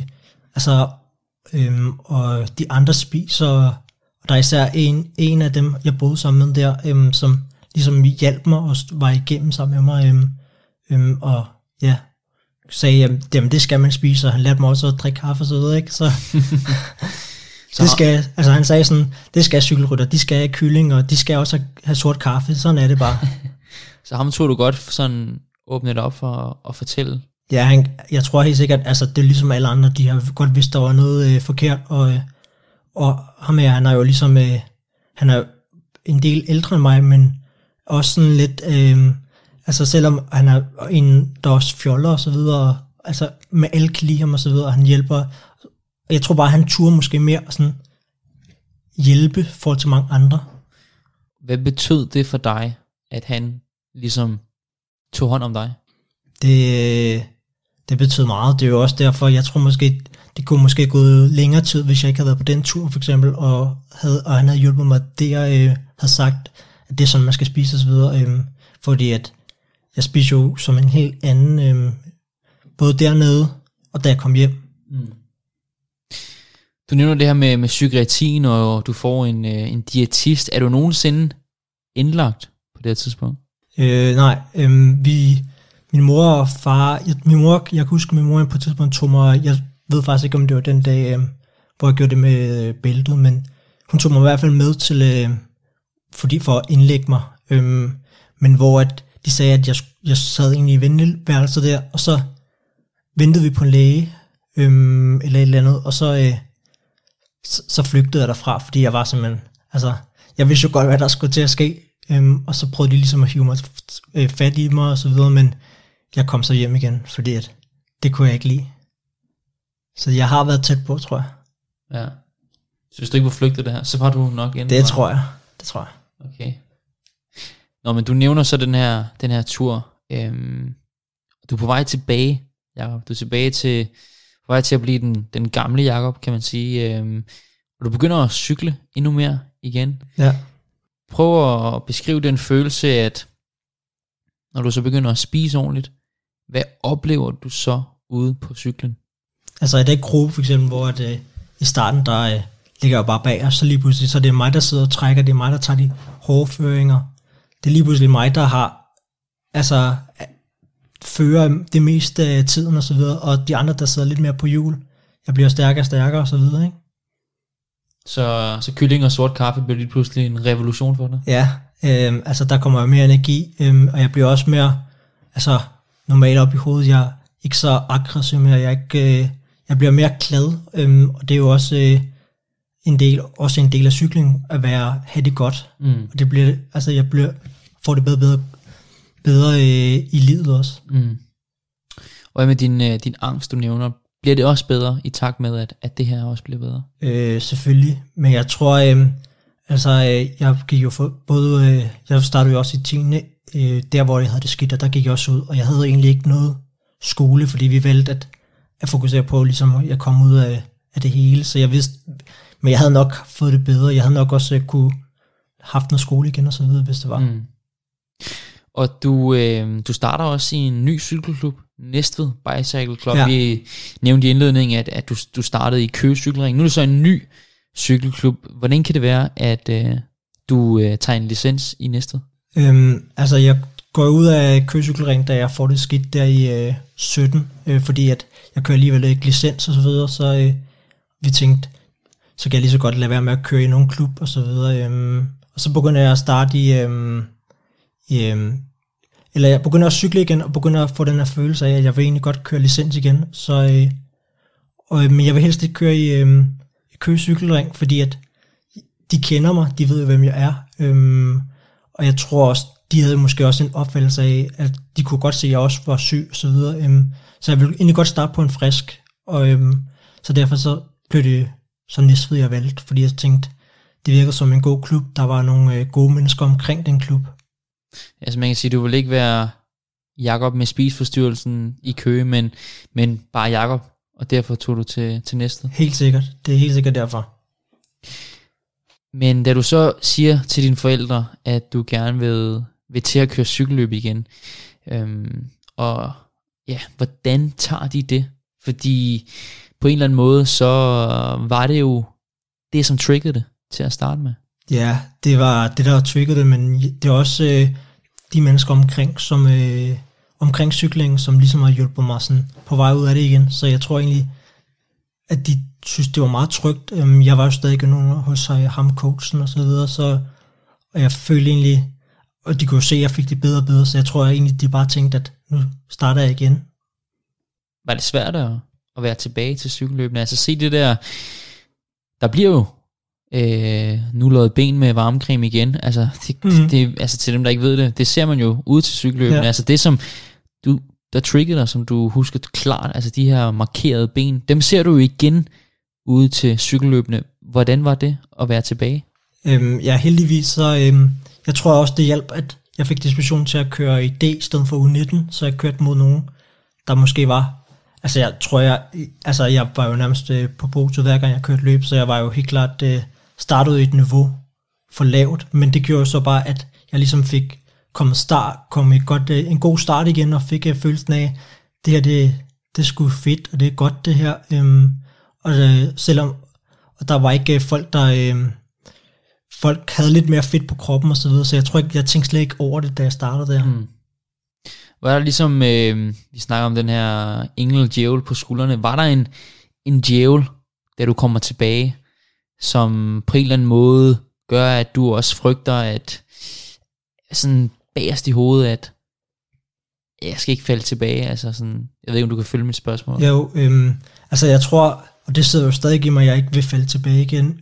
Og de andre spiser, og der er især en af dem, jeg boede sammen med der, som ligesom hjalp mig og var igennem sammen med mig, og ja, sagde, jamen det skal man spise, og han lærte mig også at drikke kaffe og så videre, ikke? Så det skal, altså han sagde sådan, det skal cykelrytter, de skal have kylling, og de skal også have sort kaffe, sådan er det bare. Så ham tog du godt sådan åbne det op for at fortælle? Ja, jeg tror helt sikkert, altså det er ligesom alle andre, de har godt vidst, der var noget forkert, og ham her, han er jo ligesom, han er en del ældre end mig, men også sådan lidt, altså selvom han er en, der også fjoller og så videre, altså med alle kan lide ham og så videre, og han hjælper, jeg tror bare, han turde måske mere sådan hjælpe for til mange andre. Hvad betød det for dig, at han ligesom tog hånd om dig? Det betød meget. Det er jo også derfor, jeg tror måske, det kunne måske gået længere tid, hvis jeg ikke havde været på den tur for eksempel, og han havde hjulpet mig der, havde sagt, at det er sådan, man skal spise og så videre, fordi at jeg spiser jo som en helt anden, både dernede, og da jeg kom hjem. Mm. Du nævner det her med psykiatrien, og du får en diætist. Er du nogensinde indlagt på det her tidspunkt? Nej, min mor og far, jeg kan huske, min mor på et tidspunkt tog mig, jeg ved faktisk ikke, om det var den dag, hvor jeg gjorde det med bæltet, men hun tog mig i hvert fald med til, for at indlægge mig, men hvor at de sagde, at jeg sad egentlig i venteværelset der, og så ventede vi på en læge, eller et eller andet, og så flygtede jeg derfra, fordi jeg var simpelthen, altså, jeg vidste jo godt, hvad der skulle til at ske, og så prøvede de ligesom at hive mig fat i mig og så videre, men jeg kom så hjem igen, fordi at det kunne jeg ikke lide. Så jeg har været tæt på, tror jeg. Ja. Så hvis du ikke var flygtet det her, så var du nok inde. Det tror jeg. Okay. Nå, men du nævner så den her tur. Du er på vej tilbage, Jakob. Du er på vej til at blive den gamle Jakob, kan man sige. Og du begynder at cykle endnu mere igen. Ja. Prøv at beskrive den følelse, at når du så begynder at spise ordentligt, hvad oplever du så ude på cyklen? Altså i den gruppe for eksempel, hvor i starten, der ligger jeg bare bag, og så lige pludselig, så det er mig, der sidder og trækker, det er mig, der tager de hårde føringer. Det er lige pludselig mig, der har, altså, fører det meste af tiden og så videre, og de andre, der sidder lidt mere på hjul. Jeg bliver stærkere og stærkere og så videre, ikke? Så kylling og sort kaffe bliver lige pludselig en revolution for dig? Ja, altså der kommer jo mere energi, og jeg bliver også mere, altså normalt op i hovedet, jeg er ikke så aggressiv mere, jeg bliver mere glad, og det er jo også en del af cykling, at have det godt, og det bliver, altså jeg får det bedre i livet også. Og med din angst, du nævner, bliver det også bedre i takt med, at det her også bliver bedre? Selvfølgelig, men jeg tror, jeg gik jo jeg startede jo også i 10. Der hvor jeg havde det skidt, og der gik jeg også ud, og jeg havde egentlig ikke noget skole, fordi vi valgte at fokusere på, ligesom at komme ud af det hele, så jeg vidste, men jeg havde nok fået det bedre, jeg havde nok også kunne haft noget skole igen og så videre, hvis det var. Og du starter også i en ny cykelklub, Næstved Bicycle Club. Ja. Vi nævnte i indledningen, at du startede i Køge Cykelring. Nu er det så en ny cykelklub. Hvordan kan det være, at du tager en licens i Næstved? Altså jeg går ud af Køge Cykelring, da jeg får det skidt der i 17, fordi at jeg kører alligevel ikke licens og så videre, så vi tænkte, så kan jeg lige så godt lade være med at køre i nogen klub og så videre. Og så begynder jeg at starte eller jeg begynder at cykle igen, og begynder at få den her følelse af, at jeg vil egentlig godt køre licens igen, men jeg vil helst ikke køre i Køge Cykelring, fordi at de kender mig, de ved hvem jeg er, og jeg tror også, de havde måske også en opfattelse af, at de kunne godt se, at jeg også var syg og så videre, så jeg ville egentlig godt starte på en frisk, og så derfor så blev det så Næstved jeg valgte, fordi jeg tænkte, det virkede som en god klub, der var nogle gode mennesker omkring den klub. Altså man kan sige, du vil ikke være Jakob med spiseforstyrrelsen i Køge, men bare Jakob, og derfor tog du til Næstved. Helt sikkert, det er helt sikkert derfor. Men da du så siger til dine forældre, at du gerne vil til at køre cykelløb igen, og ja, hvordan tager de det? Fordi på en eller anden måde, så var det jo det, som triggede det til at starte med. Ja, det var det, der triggede det, men det er også de mennesker omkring cyklingen, som ligesom har hjulpet mig sådan på vej ud af det igen. Så jeg tror egentlig, at de synes, det var meget trygt. Jeg var jo stadig nogen hos ham, coachen og så videre, og jeg følte egentlig, og de kunne jo se, at jeg fik det bedre og bedre, så jeg tror egentlig, de bare tænkte, at nu starter jeg igen. Var det svært at være tilbage til cykelløbene? Altså se det der bliver jo nu lavet ben med varmecreme igen, altså, det, altså til dem der ikke ved det ser man jo ude til cykelløbene, altså det som der triggede dig, som du husker klart, altså de her markerede ben, dem ser du jo igen ude til cykelløbene. Hvordan var det at være tilbage? Ja, heldigvis så, jeg tror også det hjalp, at jeg fik disposition til at køre i D i stedet for U19, så jeg kørte mod nogen, der måske var, altså jeg var jo nærmest på podiet hver gang jeg kørte løb, så jeg var jo helt klart startet i et niveau for lavt, men det gjorde så bare, at jeg ligesom fik kom en god start igen, og fik følelsen af, det her, det er sgu fedt, og det er godt det her, selvom der var ikke folk, folk havde lidt mere fedt på kroppen og så videre, så jeg tror ikke, jeg tænkte slet ikke over det, da jeg startede der. Var der ligesom, vi snakker om den her engel djævel på skuldrene, var der en djævel, da du kommer tilbage, som på en eller anden måde gør, at du også frygter, at sådan bagerst i hovedet, at jeg skal ikke falde tilbage, altså sådan, jeg ved ikke, om du kan følge mit spørgsmål. Jo, altså jeg tror, og det sidder jo stadig i mig, at jeg ikke vil falde tilbage igen,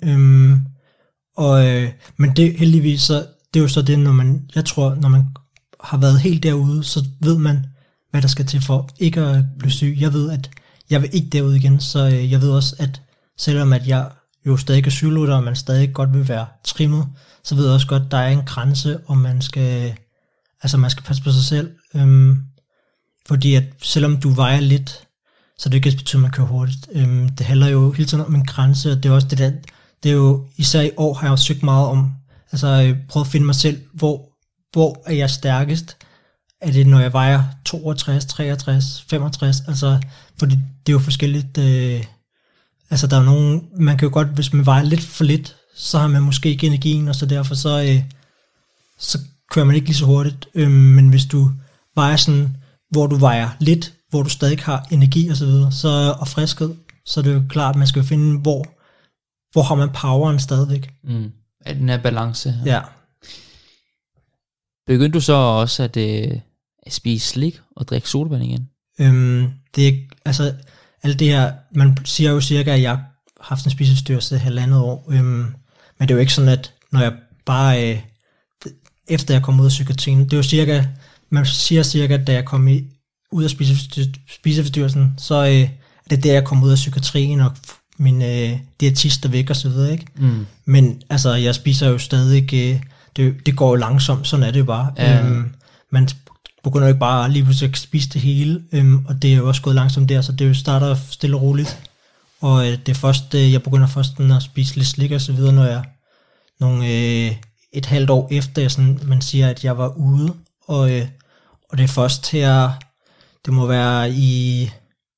men det heldigvis, så det er jo så det, når man har været helt derude, så ved man, hvad der skal til for ikke at blive syg. Jeg ved, at jeg vil ikke derud igen, så jeg ved også, at selvom at jeg jo stadig er cykelrytter, og man stadig godt vil være trimmet, så ved jeg også godt, at der er en grænse, og man skal passe på sig selv. Fordi at selvom du vejer lidt, så det ikke betyder, at man kører hurtigt. Det handler jo hele tiden om en grænse, og det er også det der, det er jo især i år har jeg jo søgt meget om, altså prøvet at finde mig selv, hvor er jeg stærkest? Er det, når jeg vejer 62, 63, 65? Altså, fordi det er jo forskelligt, Altså der er nogen, man kan jo godt, hvis man vejer lidt for lidt, så har man måske ikke energien, og så derfor så kører man ikke lige så hurtigt. Men hvis du vejer sådan, hvor du vejer lidt, hvor du stadig har energi og så videre, og friskhed, så er det jo klart, at man skal jo finde, hvor har man poweren stadigvæk. Af den her balance. Ja. Begyndte du så også at spise slik og drikke sodavand igen? Det er, altså, alt det her, man siger jo cirka, at jeg har haft en spiseforstyrrelse 1,5 år, men det er jo ikke sådan, at når jeg bare, efter jeg kom ud af psykiatrien, det er jo cirka, man siger cirka, da jeg kom ud af spiseforstyrrelsen, så er det der, jeg kom ud af psykiatrien, og min diætist er væk og så videre, ikke? Men altså, jeg spiser jo stadig, det går jo langsomt, sådan er det jo bare. Man begynder jo ikke bare lige pludselig at spise det hele, og det er jo også gået langsomt der, så det jo starter stille og roligt. Og det er først, jeg begynder først at spise lidt slik og så videre, når jeg et halvt år efter, man siger, at jeg var ude, og det er først her, det må være i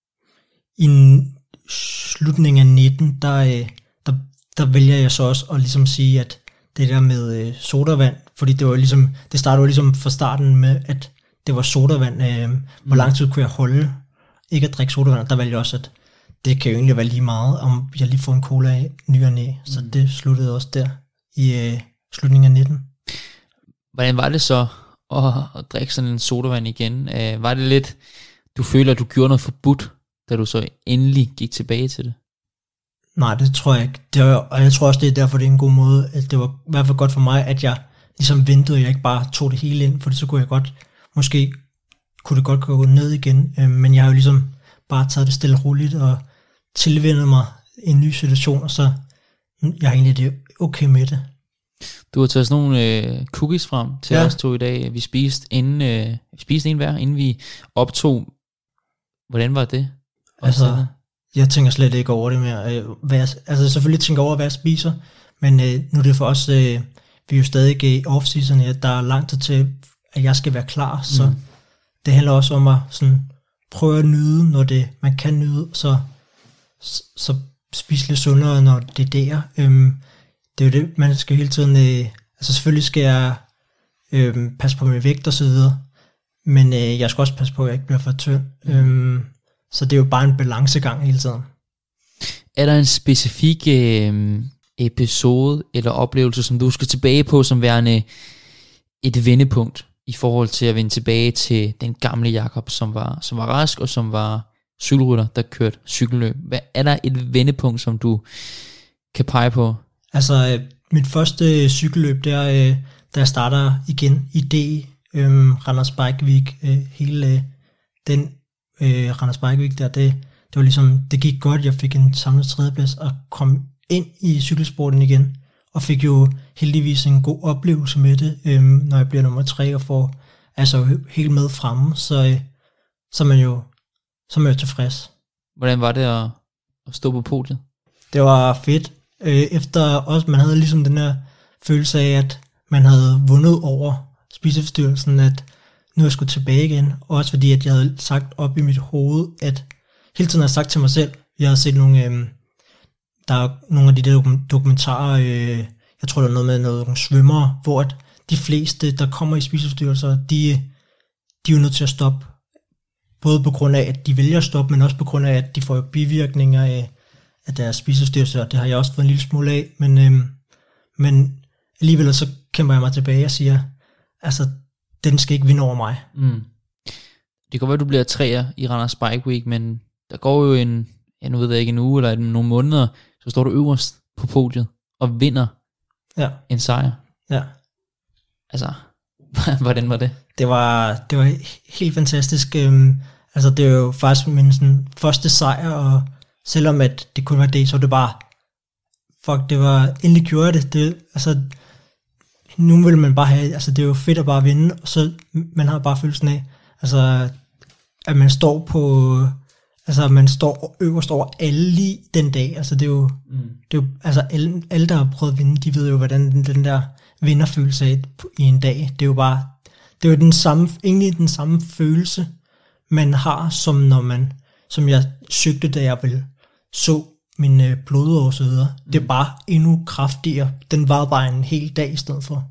slutningen af 19, der vælger jeg så også at ligesom sige, at det der med sodavand, fordi det var ligesom, det startede jo ligesom fra starten med, at det var sodavand, hvor lang tid kunne jeg holde ikke at drikke sodavand, der valgte jeg også, at det kan jo egentlig være lige meget, om jeg lige får en cola af ny og næ, så det sluttede også der i slutningen af 19. Hvordan var det så at drikke sådan en sodavand igen? Var det lidt, du føler, at du gjorde noget forbudt, da du så endelig gik tilbage til det? Nej, det tror jeg ikke. Og jeg tror også, det er derfor, det er en god måde, at det var i hvert fald godt for mig, at jeg ligesom ventede, og jeg ikke bare tog det hele ind, for så kunne jeg godt, måske kunne det godt gå ned igen, men jeg har jo ligesom bare taget det stille og roligt, og tilvænnet mig en ny situation, og så jeg har egentlig det okay med det. Du har taget sådan nogle cookies frem til os to i dag. Vi spiste en hver, inden vi optog. Hvordan var det? Altså, jeg tænker slet ikke over det mere. Altså selvfølgelig tænker over, hvad jeg spiser, men nu er det for os, vi er jo stadig i off-season, der er lang tid til, at jeg skal være klar, så det handler også om at sådan, prøve at nyde, når man kan nyde, så spise lidt sundere, når det er der. Det er jo det, man skal hele tiden, altså selvfølgelig skal jeg passe på min vægt og så videre, men jeg skal også passe på, at jeg ikke bliver for tynd. Så det er jo bare en balancegang hele tiden. Er der en specifik episode eller oplevelse, som du skal tilbage på, som værende et vendepunkt i forhold til at vende tilbage til den gamle Jakob, som var rask og som var cykelrytter, der kørte cykelløb? Er der et vendepunkt, som du kan pege på? Altså mit første cykelløb, da jeg starter igen i D, Randers Bike Week, hele den Randers Bike Week der, det var ligesom, det gik godt, jeg fik en samlet tredjeplads og kom ind i cykelsporten igen, og fik jo heldigvis en god oplevelse med det, når jeg bliver nummer 3 og får altså helt med fremme, så er man jo tilfreds. Hvordan var det at stå på podiet? Det var fedt, efter også, man havde ligesom den her følelse af, at man havde vundet over spiseforstyrrelsen, at nu er jeg skulle tilbage igen, også fordi, at jeg havde sagt op i mit hoved, at hele tiden har jeg sagt til mig selv, jeg havde set nogle, der er nogle af de der dokumentarer, jeg tror der er noget med nogle svømmere, hvor at de fleste, der kommer i spiseforstyrrelser, de er jo nødt til at stoppe, både på grund af, at de vælger at stoppe, men også på grund af, at de får bivirkninger af deres spiseforstyrrelser, og det har jeg også fået en lille smule af, men alligevel så kæmper jeg mig tilbage og siger, altså, den skal ikke vinde over mig. Det kan være, at du bliver 3'er i Randers Bike Week, men der går jo nu ved jeg ikke, en uge eller nogle måneder, så står du øverst på podiet og vinder en sejr. Ja. Altså, hvordan var det? Det var helt fantastisk. Altså, det er jo faktisk min sådan, første sejr, og selvom at det kun var det, så var det bare, det var, endelig gjorde det. Altså, nu vil man bare have, altså det er jo fedt at bare vinde, og så man har bare følelsen af, altså, at man står på, altså man står øverst over alle lige den dag, altså det er jo, altså alle der har prøvet at vinde, de ved jo, hvordan den der vinderfølelse af i en dag, det er jo bare, det er jo egentlig den samme følelse, man har, som når man, som jeg søgte, da jeg så min blodår og så videre. Det er bare endnu kraftigere. Den var bare en hel dag i stedet for.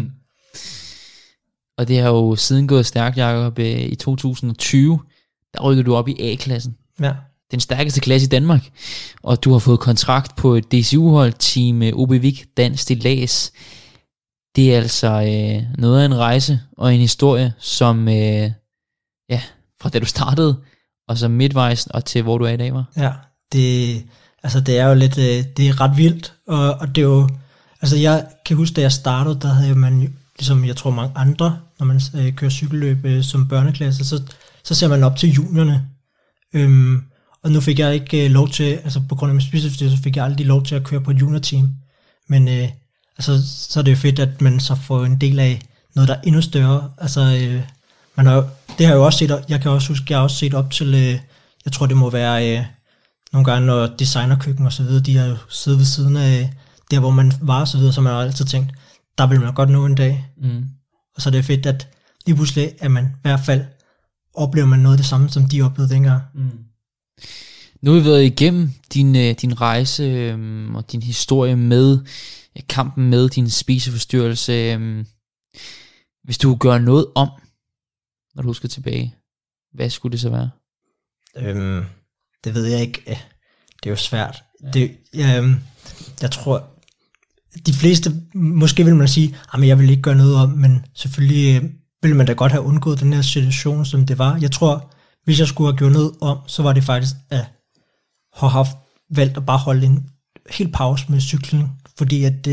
Og det har jo siden gået stærkt, Jacob. I 2020, der rykkede du op i A-klassen. Ja. Den stærkeste klasse i Danmark. Og du har fået kontrakt på et DCU-hold, Team OB-Vik Dansk Stillads. Det er altså noget af en rejse og en historie, som fra da du startede, og så midtvejs og til hvor du er i dag, var. Ja, det er jo lidt, det er ret vildt, og det er jo, altså jeg kan huske, da jeg startede, der havde man, ligesom jeg tror mange andre, når man kører cykelløb som børneklasse, så ser man op til juniorne, og nu fik jeg ikke lov til, altså på grund af min spiseforstyrrelse, så fik jeg aldrig lov til at køre på et juniorteam, men altså, så er det jo fedt, at man så får en del af noget, der er endnu større, altså det har jeg jo også set, jeg kan også huske, jeg har også set op til, jeg tror det må være nogle gange, når designerkøkken og så videre, de har jo siddet ved siden af der, hvor man var og så videre, så man har altid tænkt, der vil man godt nå en dag. Og så er det fedt, at lige pludselig, at man i hvert fald oplever man noget af det samme, som de oplevede dengang. Nu har vi været igennem din rejse og din historie med kampen med din spiseforstyrrelse. Hvis du gør noget om, når du husker tilbage, hvad skulle det så være? Det ved jeg ikke. Det er jo svært. Ja. Jeg tror, de fleste, måske vil man sige, at jeg vil ikke gøre noget om, men selvfølgelig ville man da godt have undgået den her situation, som det var. Jeg tror, hvis jeg skulle have gjort noget om, så var det faktisk at have haft valgt at bare holde en helt pause med cyklen, fordi at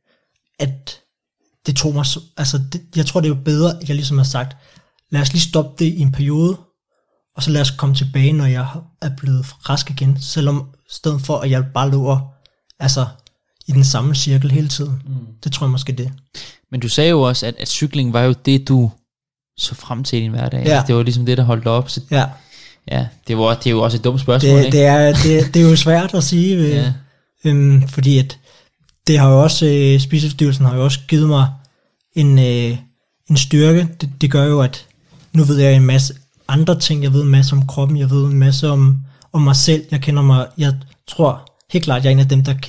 det tog mig, altså jeg tror det er jo bedre, at jeg ligesom har sagt, lad os lige stoppe det i en periode, og så lad os komme tilbage, når jeg er blevet rask igen, selvom stedet for, at jeg bare lå altså i den samme cirkel hele tiden. Det tror jeg måske det. Men du sagde jo også, at cykling var jo det, du så frem til i din hverdag. Ja. Altså, det var ligesom det, der holdt dig op. Så ja, det er jo også et dumt spørgsmål, ikke? Det er jo svært at sige, fordi at det har jo også, spiseforstyrrelsen har jo også givet mig en styrke. Det gør jo, at nu ved jeg en masse andre ting. Jeg ved en masse om kroppen, jeg ved en masse om mig selv. Jeg tror helt klart, jeg er en af dem, der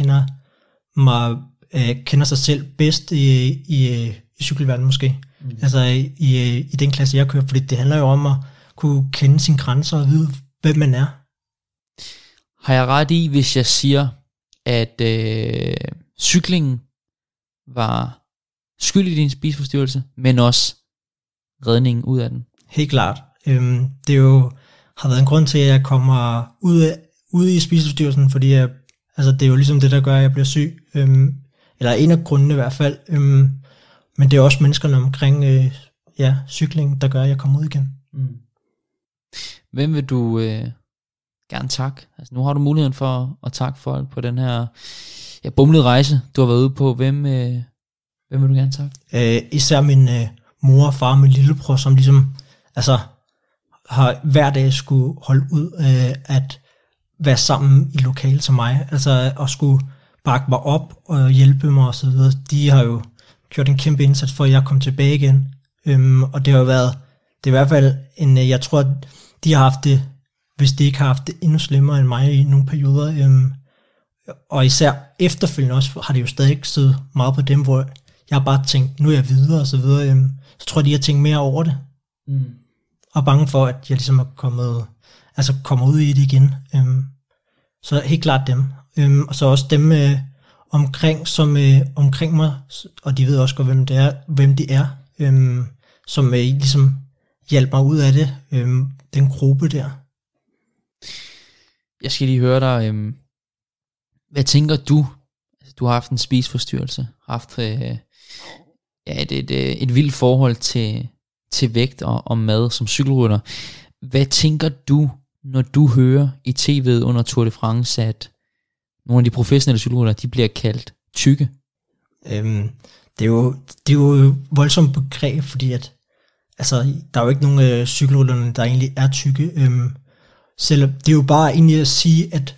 kender sig selv bedst i cykelverdenen måske. Altså i den klasse, jeg kører, fordi det handler jo om at kunne kende sine grænser og vide, hvem man er. Har jeg ret i, hvis jeg siger, at cyklingen var skyld i din spiseforstyrrelse, men også redningen ud af den? Helt klart. Det har været en grund til, at jeg kommer ud i spiseforstyrrelsen, fordi det er jo ligesom det, der gør, at jeg bliver syg. Eller en af grundene i hvert fald. Men det er også menneskerne omkring cykling, der gør, at jeg kommer ud igen. Hvem vil du gerne takke? Altså, nu har du muligheden for at takke folk på den her bumlede rejse, du har været ude på. Hvem vil du gerne takke? Især min mor og far og min lillebror, som ligesom har hver dag skulle holde ud at være sammen i lokale som mig. Altså at skulle bakke mig op og hjælpe mig og så videre. De har jo gjort en kæmpe indsats for, at jeg kom tilbage igen. Og det har jo været, det er i hvert fald jeg tror, at de har haft det, hvis de ikke har haft det endnu slemmere end mig i nogle perioder. Og især efterfølgende også, har det jo stadig ikke siddet meget på dem, hvor jeg har bare tænkt, nu er jeg videre og så videre. Så tror jeg, de har tænkt mere over det. Og bange for, at jeg ligesom er kommer ud i det igen. Så helt klart dem. Og så også dem omkring mig, og de ved også godt, hvem de er, som ligesom hjælper mig ud af det, den gruppe der. Jeg skal lige høre dig, hvad tænker du? Altså, du har haft en spiseforstyrrelse, haft et vildt forhold til vægt og mad som cykelrytter. Hvad tænker du, når du hører i tv'et under Tour de France, at nogle af de professionelle cykelryttere, de bliver kaldt tykke? Det er jo voldsomt begreb, fordi at der er jo ikke nogen cykelrytterne, der egentlig er tykke. Selvom det er jo bare egentlig at sige, at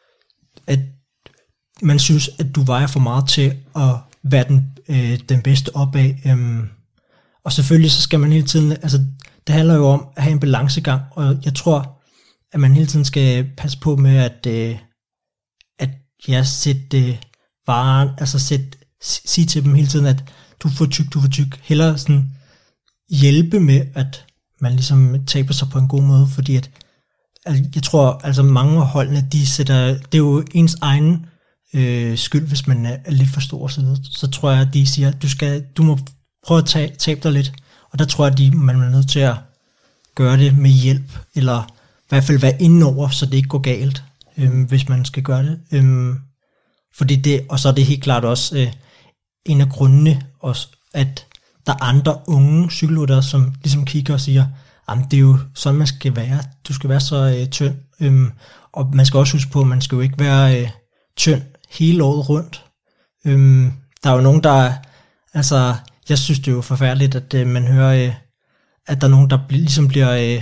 man synes, at du vejer for meget til at være den bedste opad. Og selvfølgelig så skal man hele tiden, det handler jo om at have en balancegang, og jeg tror, at man hele tiden skal passe på med, sæt varen, altså sige til dem hele tiden, at du får tyk, hellere sådan hjælpe med, at man ligesom taber sig på en god måde, fordi at jeg tror, altså mange af holdene, det er jo ens egen skyld, hvis man er lidt for stor, så tror jeg, at de siger, at du må prøve at tabe dig lidt, og der tror jeg, at man er nødt til at gøre det med hjælp, eller i hvert fald være indenover, så det ikke går galt, hvis man skal gøre det. Fordi det, og så er det helt klart også en af grundene, også, at der er andre unge cykelryttere, som ligesom kigger og siger, det er jo sådan, man skal være. Du skal være så tynd. Og man skal også huske på, at man skal jo ikke være tynd hele året rundt. Der er jo nogen, der... Altså, jeg synes, det er jo forfærdeligt, at man hører, at der er nogen, der ligesom bliver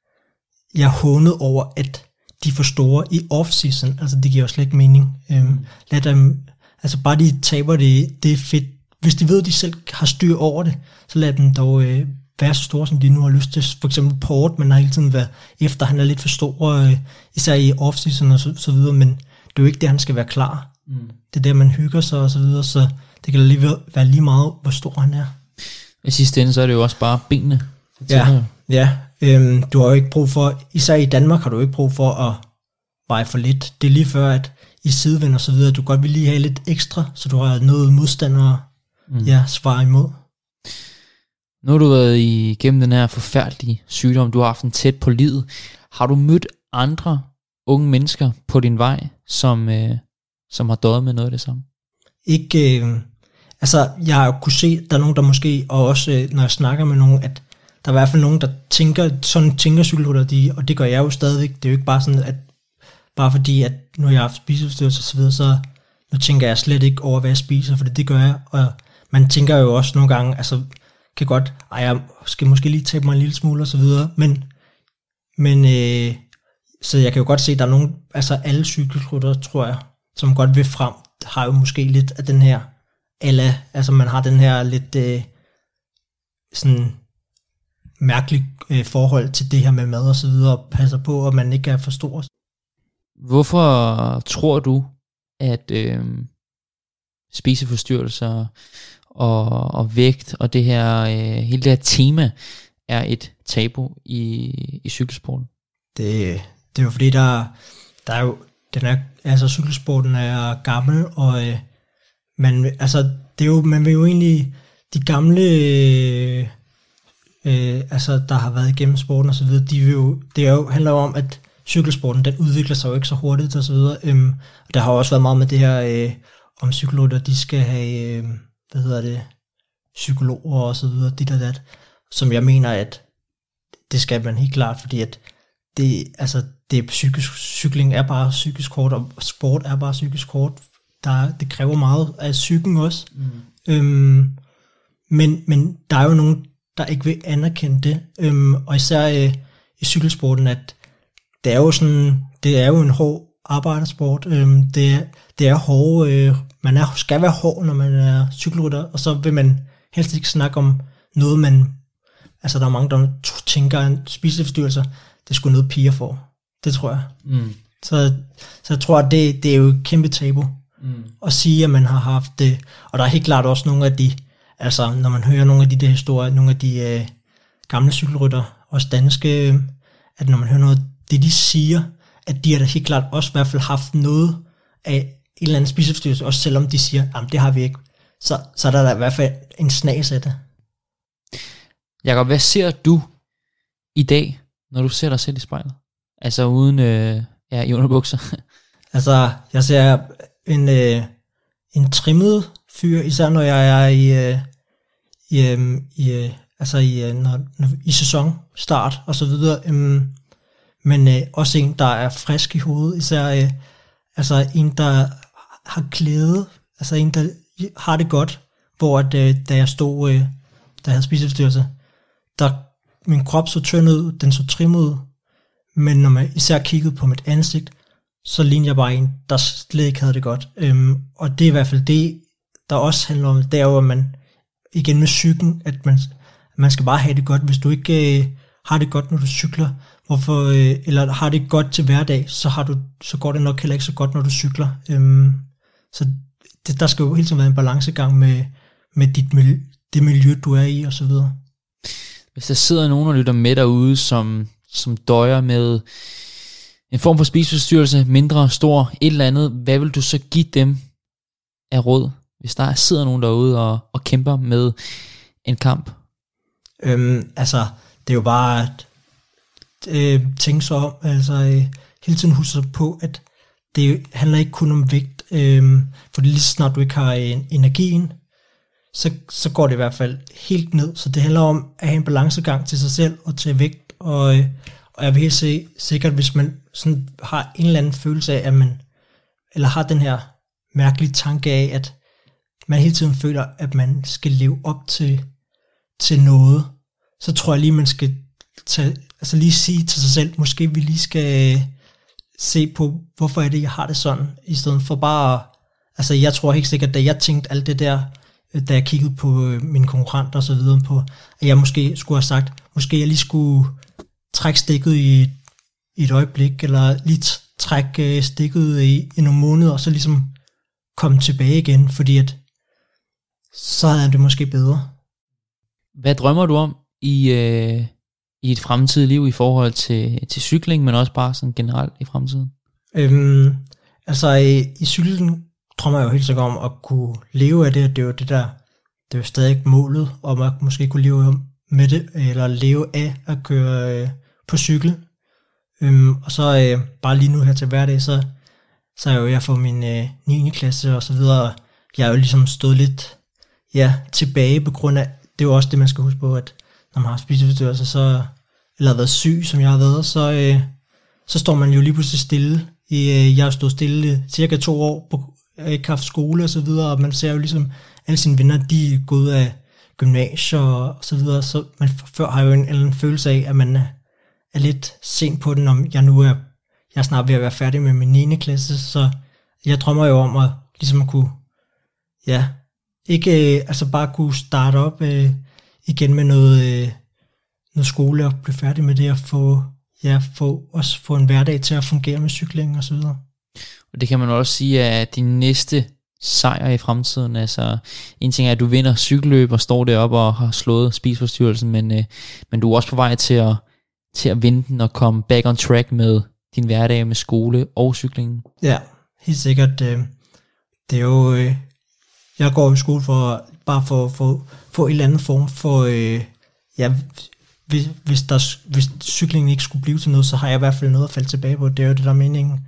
hånet over, at de får store i off-season. Altså, det giver jo slet ikke mening. Lad dem... Altså, bare de taber det er fedt. Hvis de ved, at de selv har styr over det, så lad dem dog... være så store, som de nu har lyst til. For eksempel Port, man har hele tiden været efter, han er lidt for stor, især i off-season og så videre, men det er jo ikke det, han skal være klar. Det er der, man hygger sig og så videre, så det kan være lige meget, hvor stor han er. I sidste ende, så er det jo også bare benene. Ja. Du har jo ikke brug for, især i Danmark har du ikke brug for at veje for lidt. Det er lige før, at i sidevind og så videre, du godt vil lige have lidt ekstra, så du har noget modstandere svare imod. Nu har du været igennem den her forfærdelige sygdom, du har haft den tæt på livet. Har du mødt andre unge mennesker på din vej, som har døjet med noget af det samme? Ikke, altså jeg har kunnet se, der er nogen, der måske, og også når jeg snakker med nogen, at der er i hvert fald nogen, der tænker cykelrytter, og det gør jeg jo stadigvæk. Det er jo ikke bare sådan, at bare fordi, at nu har jeg haft spiseforstyrrelse og så videre, så nu tænker jeg slet ikke over, hvad jeg spiser, for det gør jeg. Og man tænker jo også nogle gange, altså kan godt, jeg skal måske lige tabe mig en lille smule og så videre, men så jeg kan jo godt se, at der er nogen, altså alle cykelryttere, tror jeg, som godt vil frem, har jo måske lidt af den her, altså man har den her lidt sådan mærkelig forhold til det her med mad og så videre, og passer på, at man ikke er for stor. Hvorfor tror du, at spiseforstyrrelser og vægt og det her hele det her tema er et tabu i cykelsporten? Det er jo fordi der er jo cykelsporten er gammel, og man vil jo egentlig de gamle der har været igennem sporten og så videre, handler jo om, at cykelsporten den udvikler sig jo ikke så hurtigt og så videre. Og der har også været meget med det her om cykelrytter, de skal have psykologer og så videre, dit og dat, som jeg mener, at det skal man helt klart, fordi at det er psykisk, cykling er bare psykisk hårdt, og sport er bare psykisk hårdt. Det kræver meget af psyken også. Men der er jo nogen, der ikke vil anerkende det, og især i cykelsporten, at det er jo en hård arbejdersport. Det er hård, skal være hård, når man er cykelrytter, og så vil man helst ikke snakke om noget, der er mange, der tænker, en spiseforstyrrelse, det skulle noget piger for. Det tror jeg. Så jeg tror, at det er jo et kæmpe tabu at sige, at man har haft det. Og der er helt klart også nogle af de, når man hører nogle af de der historier, nogle af de gamle cykelrytter, også danske, at når man hører noget, det de siger, at de har da helt klart også i hvert fald haft noget af en eller anden spiseforstyrrelse, også selvom de siger, at det har vi ikke. Så er der i hvert fald en snas af det. Jakob, hvad ser du i dag, når du ser dig selv i spejlet? Altså uden i underbukser. Jeg ser en trimmet fyr, især når jeg er i sæsonstart og så videre. Men også en, der er frisk i hovedet, især en, der har glæde, en, der har det godt, hvor da jeg stod, da jeg havde spiseforstyrrelse, min krop så tynd ud, den så trimmet ud, men når man især kiggede på mit ansigt, så lignede jeg bare en, der slet ikke havde det godt. Og det er i hvert fald det, der også handler om, det er jo, at man, igen med cyklen, at man skal bare have det godt. Hvis du ikke har det godt, når du cykler, Hvorfor, eller har det godt til hverdag, så går det nok heller ikke så godt, når du cykler. Så der skal jo hele tiden være en balancegang med det miljø, du er i, og så videre. Hvis der sidder nogen og lytter med derude, som døjer med en form for spiseforstyrrelse, mindre, stor, et eller andet, hvad vil du så give dem af råd, hvis der sidder nogen derude og kæmper med en kamp? Altså, det er jo bare at tænke sig om, altså hele tiden huske på, at det handler ikke kun om vægt, for lige så snart du ikke har energien, så går det i hvert fald helt ned. Så det handler om at have en balancegang til sig selv og til vægt, og jeg vil helt sikkert, hvis man sådan har en eller anden følelse af, at man, eller har den her mærkelige tanke af, at man hele tiden føler, at man skal leve op til noget, så tror jeg lige, man skal lige sige til sig selv, måske vi lige skal se på, hvorfor er det, jeg har det sådan, i stedet for bare, altså jeg tror helt sikkert, da jeg tænkte alt det der, da jeg kiggede på mine konkurrenter og så videre på, at jeg måske skulle have sagt, måske jeg lige skulle trække stikket i et øjeblik, eller lige trække stikket i nogle måneder, og så ligesom komme tilbage igen, fordi at så havde det måske bedre. Hvad drømmer du om i et fremtidigt liv i forhold til cykling, men også bare sådan generelt i fremtiden? Altså i cykling drømmer jeg jo helt sikkert om at kunne leve af det. Det er jo det der, det er jo stadig målet, om at måske kunne leve med det, eller leve af at køre på cykel. Og så bare lige nu her til hverdag, så er jeg for min 9. klasse og så videre. Jeg er jo ligesom stået lidt tilbage på grund af, det er jo også det, man skal huske på, at når man har spiseforstyrrelser, eller har været syg, som jeg har været, så står man jo lige pludselig stille. Jeg har stået stille cirka 2 år, jeg har ikke haft skole og så videre, og man ser jo ligesom, alle sine venner, de er gået af gymnasier og så videre, så man før har jo en eller anden følelse af, at man er lidt sent på den, om jeg nu jeg er snart ved at være færdig med min 9. klasse, så jeg drømmer jo om at ligesom kunne, ikke altså bare kunne starte op igen med noget skole og blive færdig med det, og få en hverdag til at fungere med cykling og så videre. Og det kan man også sige er din næste sejr i fremtiden. Altså en ting er, at du vinder cykelløb og står deroppe og har slået spiseforstyrrelsen, men du er også på vej til at vinde den og komme back on track med din hverdag med skole og cyklingen. Ja, helt sikkert. Det er jo jeg går i skole for bare for at få en eller anden form for hvis cyklingen ikke skulle blive til noget, så har jeg i hvert fald noget at falde tilbage på. Det er jo det, der er meningen.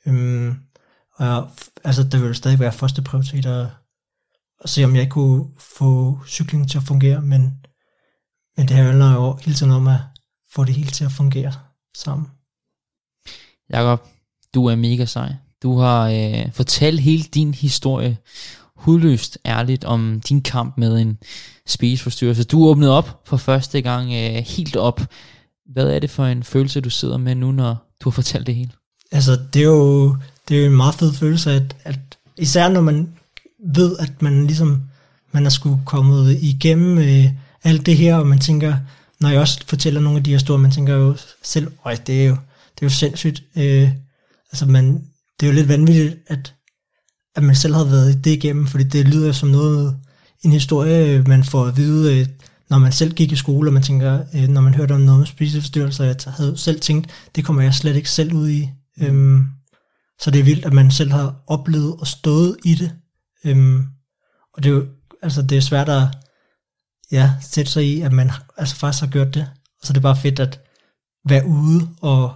Og altså, der vil stadig være første prioritet at se, om jeg ikke kunne få cyklingen til at fungere, men det handler jo hele tiden om at få det hele til at fungere sammen. Jakob, du er mega sej. Du har fortalt hele din historie hudløst ærligt om din kamp med en spiseforstyrrelse. Du åbnede op for første gang helt op. Hvad er det for en følelse, du sidder med nu, når du har fortalt det hele? Altså, det er jo en meget fed følelse, at især når man ved, at man ligesom, man er sgu kommet igennem alt det her, og man tænker, når jeg også fortæller nogle af de her store, man tænker jo selv, det er jo sindssygt. Altså, det er jo lidt vanvittigt, at man selv har været det igennem, fordi det lyder som en historie, man får at vide, når man selv gik i skole, og man tænker, når man hørte om noget med spiseforstyrrelser, jeg havde selv tænkt, det kommer jeg slet ikke selv ud i. Så det er vildt, at man selv har oplevet og stået i det. Og det er jo, altså det er svært at sætte sig i, at man altså faktisk har gjort det. Og så er det bare fedt at være ude og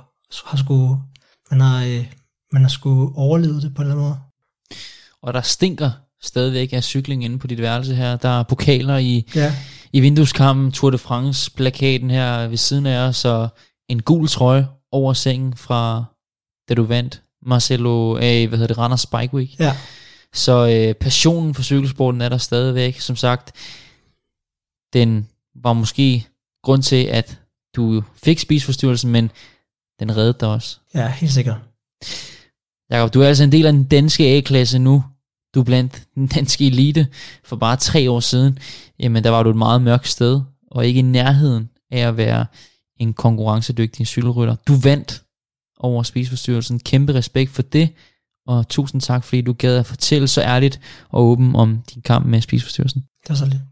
man har sgu overlevet det på en eller anden måde. Og der stinker stadigvæk af cykling inde på dit værelse her. Der er pokaler i vindueskampen, Tour de France plakaten her ved siden af os, og en gul trøje over sengen fra da du vandt Marcelo Randers Bike Week. Ja. Så passionen for cykelsporten er der stadigvæk. Som sagt, den var måske grund til, at du fik spiseforstyrrelsen, men den reddede dig også. Ja, helt sikkert. Jakob, du er altså en del af den danske A-klasse nu. Du er blandt den danske elite. For bare 3 år siden, jamen der var du et meget mørkt sted, og ikke i nærheden af at være en konkurrencedygtig cykelrytter. Du vandt over spiseforstyrrelsen. Kæmpe respekt for det, og tusind tak, fordi du gad at fortælle så ærligt og åben om din kamp med spiseforstyrrelsen. Det var så lidt.